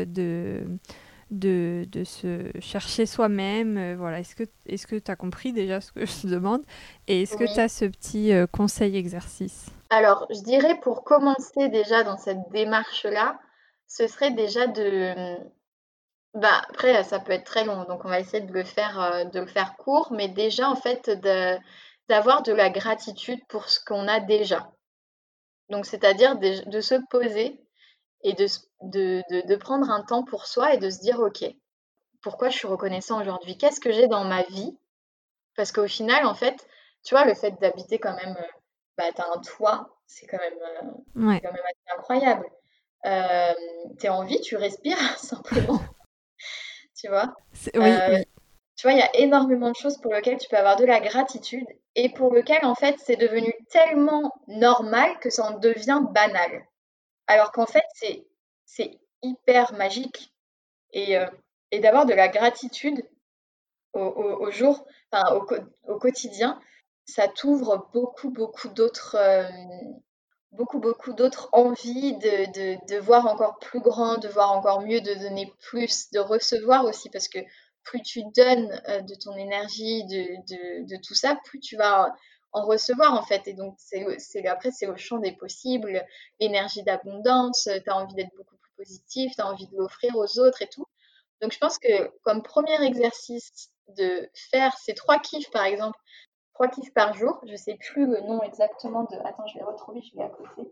de se chercher soi-même, voilà. Est-ce que tu as compris déjà ce que je te demande? Et est-ce que tu Oui. as ce petit conseil exercice? Alors, je dirais pour commencer déjà dans cette démarche-là, ce serait déjà bah, après, ça peut être très long, donc on va essayer de le faire court, mais déjà, en fait, d'avoir de la gratitude pour ce qu'on a déjà. Donc, c'est-à-dire de se poser et de prendre un temps pour soi et de se dire, OK, pourquoi je suis reconnaissant aujourd'hui? Qu'est-ce que j'ai dans ma vie? Parce qu'au final, en fait, tu vois, le fait d'habiter quand même, bah, tu as un toit, c'est quand même, c'est Ouais. quand même assez incroyable. Tu es en vie, tu respires simplement, tu vois? Oui, Heu, oui. Tu vois, il y a énormément de choses pour lesquelles tu peux avoir de la gratitude et pour lequel, en fait, c'est devenu tellement normal que ça en devient banal. Alors qu'en fait, c'est hyper magique et heu et d'avoir de la gratitude au jour, enfin au quotidien, ça t'ouvre beaucoup d'autres envies de voir encore plus grand, de voir encore mieux, de donner plus, de recevoir aussi parce que plus tu donnes, de ton énergie, de tout ça, plus tu vas en recevoir en fait et donc c'est le champ des possibles, l'énergie d'abondance, tu as envie d'être beaucoup plus positif, tu as envie de l'offrir aux autres et tout. Donc je pense que comme premier exercice de faire ces 3 kiffs par exemple, 3 kiffs par jour, je sais plus le nom exactement de attends, je vais retrouver, je l'ai à côté,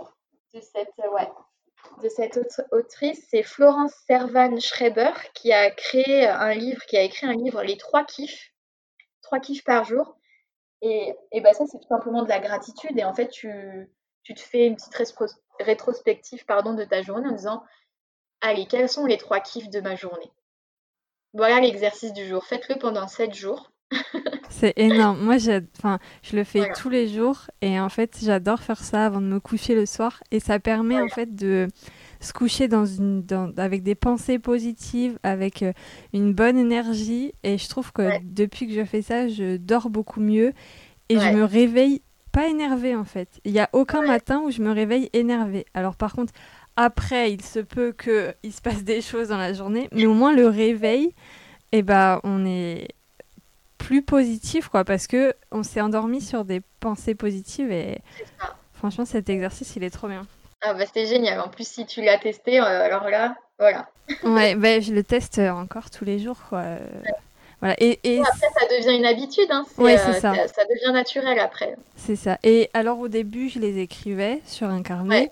de cette autrice, c'est Florence Servan Schreiber qui a écrit un livre, Les 3 kiffs par jour. Et bah ça, c'est tout simplement de la gratitude. Et en fait, tu te fais une petite rétrospective pardon, de ta journée en disant, allez, quels sont les 3 kiffs de ma journée? Voilà l'exercice du jour. Faites-le pendant 7 jours. C'est énorme. Moi, enfin, je le fais Voilà, tous les jours et en fait, j'adore faire ça avant de me coucher le soir et ça permet en voilà. fait de se coucher avec des pensées positives, avec une bonne énergie et je trouve que Ouais, depuis que je fais ça, je dors beaucoup mieux et je ouais, me réveille pas énervée en fait. Il n'y a aucun ouais, matin où je me réveille énervée. Alors par contre, après, il se peut qu'il se passe des choses dans la journée, mais au moins le réveil, eh ben, on est plus positif quoi parce que on s'est endormi sur des pensées positives et c'est ça. franchement cet exercice il est trop bien. Ah bah c'est génial. En plus, si tu l'as testé, alors là, voilà. Ouais, ben je le teste encore tous les jours quoi. Voilà Ouais, après, ça devient une habitude, hein. ouais, c'est ça. Ça devient naturel après. C'est ça. Et alors au début, je les écrivais sur un Ouais, carnet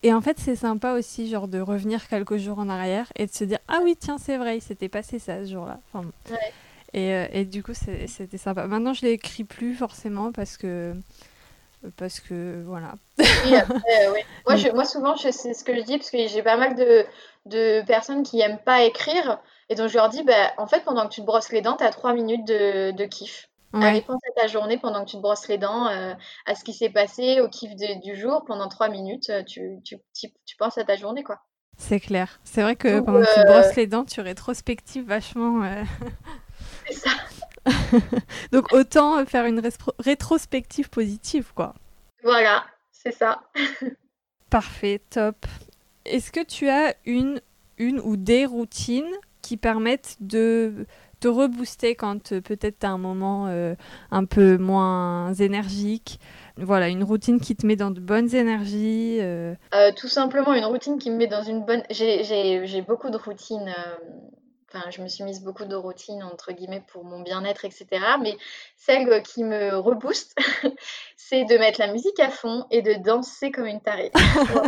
Et en fait, c'est sympa aussi, genre, de revenir quelques jours en arrière et de se dire, ah oui, tiens, c'est vrai, il s'était passé ça ce jour-là. Enfin, Ouais. et du coup, c'était sympa. Maintenant, je l'écris plus forcément parce que voilà. Oui, après, oui. Mm. Moi souvent, c'est ce que je dis, parce que j'ai pas mal de personnes qui aiment pas écrire, et donc je leur dis, bah, en fait, pendant que tu te brosses les dents, tu as 3 minutes de kiff. Allez, Ouais, pense à ta journée pendant que tu te brosses les dents, à ce qui s'est passé, au kiff du jour. Pendant 3 minutes, tu penses à ta journée, quoi. c'est clair. C'est vrai que Donc, pendant que tu te brosses les dents, tu rétrospectives vachement. c'est ça. Donc autant faire une rétrospective positive, quoi. Voilà, c'est ça. Parfait, top. Est-ce que tu as une ou des routines qui permettent de te rebooster quand peut-être tu as un moment un peu moins énergique? Voilà, une routine qui te met dans de bonnes énergies. Tout simplement une routine qui me met dans une bonne. J'ai beaucoup de routines. Enfin, je me suis mise beaucoup de routines entre guillemets pour mon bien-être, etc. Mais celle qui me rebooste, c'est de mettre la musique à fond et de danser comme une tarée. Voilà.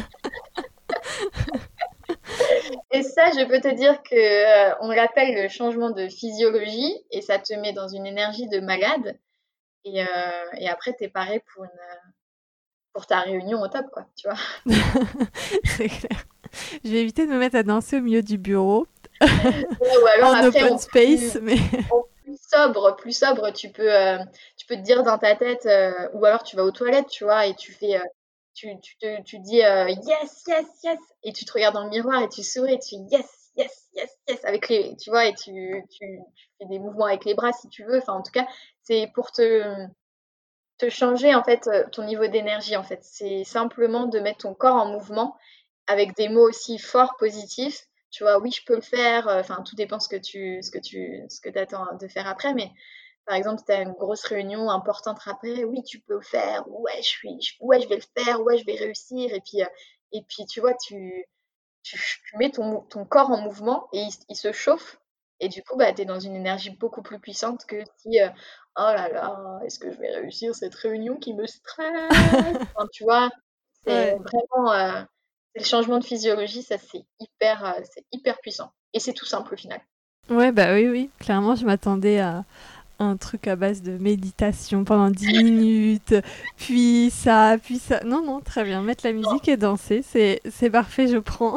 Et ça, je peux te dire que on l'appelle le changement de physiologie et ça te met dans une énergie de malade. Et après, t'es paré pour ta réunion au top, quoi. Tu vois. C'est clair. Je vais éviter de me mettre à danser au milieu du bureau, Ouais, ou alors en après, open space, mais plus sobre, tu peux te dire dans ta tête, ou alors tu vas aux toilettes, tu vois, et tu dis yes, yes, yes, et tu te regardes dans le miroir et tu souris et tu dis yes, yes, yes, yes, avec tu vois, et tu fais des mouvements avec les bras si tu veux. Enfin, en tout cas, c'est pour te changer en fait ton niveau d'énergie. En fait, c'est simplement de mettre ton corps en mouvement avec des mots aussi forts, positifs. Tu vois, oui, je peux le faire. Enfin, tout dépend ce que t'attends de faire après. Mais par exemple, si tu as une grosse réunion importante après, oui, tu peux le faire. Ouais, ouais, je vais le faire. Ouais, je vais réussir. Et puis tu vois, tu mets ton corps en mouvement et il se chauffe. Et du coup, bah, tu es dans une énergie beaucoup plus puissante que si, oh là là, est-ce que je vais réussir cette réunion qui me stresse? Enfin, tu vois, c'est ouais. vraiment, c'est le changement de physiologie, ça c'est hyper puissant. Et c'est tout simple au final. Ouais, bah oui, oui. Clairement, je m'attendais à un truc à base de méditation pendant 10 minutes, puis ça, puis ça. Non, non, très bien. Mettre la Non. musique et danser, c'est parfait, je prends.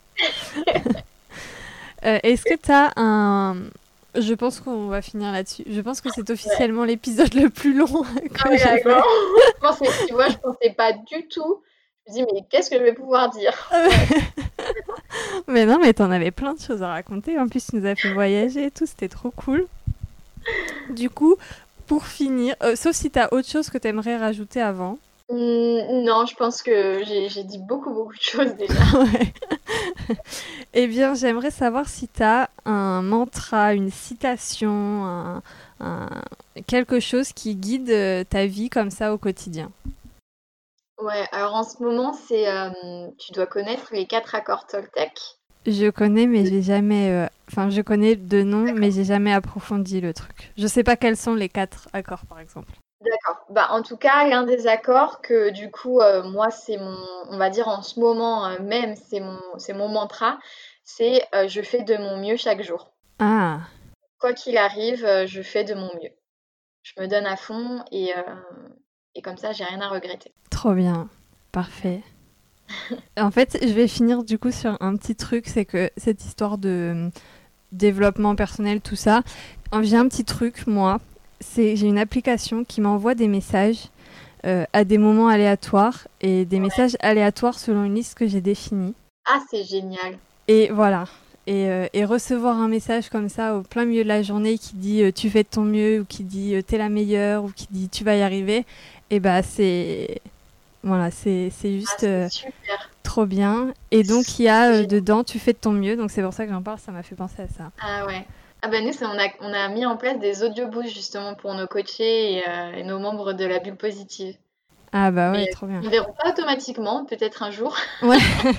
Est-ce que t'as un... Je pense qu'on va finir là-dessus. Je pense que c'est Ouais. officiellement l'épisode le plus long Ah que oui, j'ai fait. d'accord. Tu vois, je pensais pas du tout. Je me dis, mais qu'est-ce que je vais pouvoir dire? Ouais. Mais non, mais t'en avais plein de choses à raconter. En plus, tu nous as fait voyager et tout, c'était trop cool. Du coup, pour finir, sauf si t'as autre chose que t'aimerais rajouter avant. Non, je pense que j'ai dit beaucoup, beaucoup de choses déjà. Ouais. Eh bien, j'aimerais savoir si t'as un mantra, une citation, un- quelque chose qui guide ta vie comme ça au quotidien. Ouais, alors en ce moment, tu dois connaître les 4 accords Toltec. Je connais, mais j'ai jamais. Enfin, je connais de nom, mais D'accord. j'ai jamais approfondi le truc. Je sais pas quels sont les 4 accords, par exemple. D'accord. Bah, en tout cas, l'un des accords que du coup, moi, on va dire en ce moment même, c'est mon mantra, c'est je fais de mon mieux chaque jour. Ah, Quoi qu'il arrive, je fais de mon mieux. Je me donne à fond et comme ça, j'ai rien à regretter. trop bien. Parfait. En fait, je vais finir du coup sur un petit truc, c'est que cette histoire de développement personnel, tout ça, j'ai un petit truc, moi, c'est j'ai une application qui m'envoie des messages à des moments aléatoires et des Ouais. messages aléatoires selon une liste que j'ai définie. Ah, c'est génial. Et voilà. Et recevoir un message comme ça au plein milieu de la journée qui dit tu fais de ton mieux ou qui dit t'es la meilleure ou qui dit tu vas y arriver, et bah c'est voilà, c'est Ah, juste c'est super. trop bien. Et donc il y a C'est génial. dedans tu fais de ton mieux, donc c'est pour ça que j'en parle, ça m'a fait penser à ça. Ah ouais. Ah bah nous, on a mis en place des audioboosts justement pour nos coachés et nos membres de la bulle positive. Ah bah Mais ouais, trop bien. ils ne verront pas automatiquement, peut-être un jour. Ouais.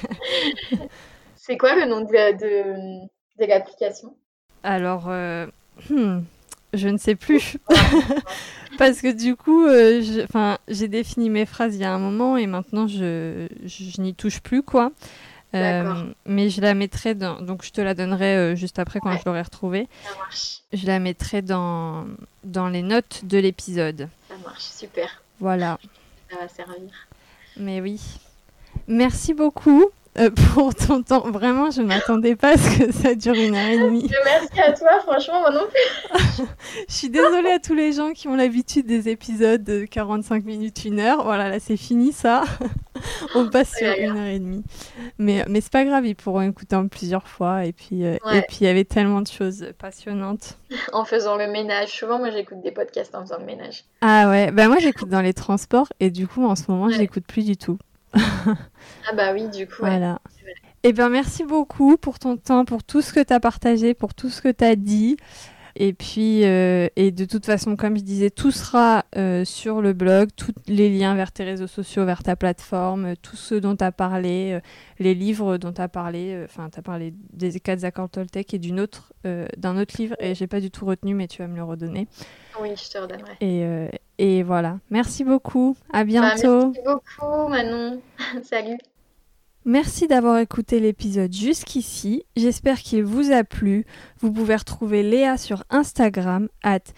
C'est quoi le nom de l'application? Alors, hmm, je ne sais plus. Parce que du coup, j'ai défini mes phrases il y a un moment et maintenant, je n'y touche plus, quoi. Mais je la mettrai dans... Donc, je te la donnerai juste après quand je l'aurai retrouvée. Ça marche. Je la mettrai dans les notes de l'épisode. Ça marche, super. Voilà. Ça va servir. Mais oui. Merci beaucoup pour ton temps. Vraiment, je ne m'attendais pas à ce que ça dure 1h30. Merci à toi, franchement, moi non plus. Je suis désolée à tous les gens qui ont l'habitude des épisodes de 45 minutes, 1h. Voilà, là, c'est fini, ça. On passe sur 1h30. Mais c'est pas grave, ils pourront écouter en plusieurs fois. Et puis, il y avait tellement de choses passionnantes. En faisant le ménage. Souvent, moi, j'écoute des podcasts en faisant le ménage. Ah ouais, moi, j'écoute dans les transports. Et du coup, en ce moment, je l'écoute plus du tout. Ah bah oui, du coup. Voilà. Et merci beaucoup pour ton temps, pour tout ce que tu as partagé, pour tout ce que tu as dit. Et puis, et de toute façon, comme je disais, tout sera sur le blog, tous les liens vers tes réseaux sociaux, vers ta plateforme, tout ce dont tu as parlé, les livres dont tu as parlé. Enfin, tu as parlé des 4 accords Toltec et d'un autre livre, et j'ai pas du tout retenu, mais tu vas me le redonner. Oui, je te redonnerai. Et voilà. Merci beaucoup. À bientôt. Merci beaucoup, Manon. Salut. Merci d'avoir écouté l'épisode jusqu'ici. J'espère qu'il vous a plu. Vous pouvez retrouver Léa sur Instagram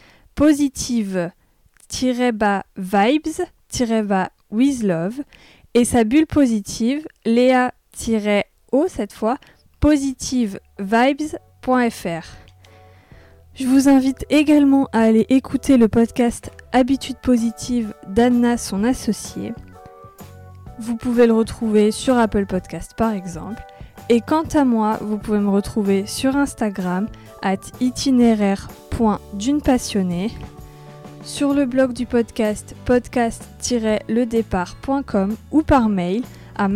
@positive-vibes-with-love et sa bulle positive, Léa-O cette fois, positivevibes.fr. Je vous invite également à aller écouter le podcast Habitudes positives d'Anna, son associée. Vous pouvez le retrouver sur Apple Podcast par exemple. Et quant à moi, vous pouvez me retrouver sur Instagram @itinéraire.dunepassionnée, sur le blog du podcast podcast-ledépart.com ou par mail à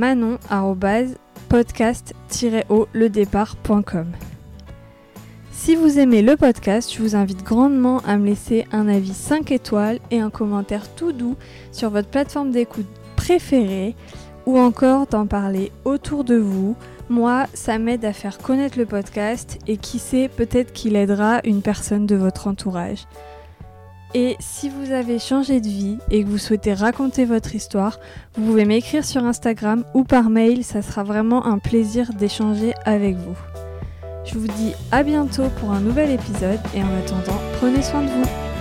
manon@podcast-ledépart.com. Si vous aimez le podcast, je vous invite grandement à me laisser un avis 5 étoiles et un commentaire tout doux sur votre plateforme d'écoute préférée ou encore d'en parler autour de vous. Moi, ça m'aide à faire connaître le podcast et qui sait, peut-être qu'il aidera une personne de votre entourage. Et si vous avez changé de vie et que vous souhaitez raconter votre histoire, vous pouvez m'écrire sur Instagram ou par mail, ça sera vraiment un plaisir d'échanger avec vous. Je vous dis à bientôt pour un nouvel épisode et en attendant, prenez soin de vous.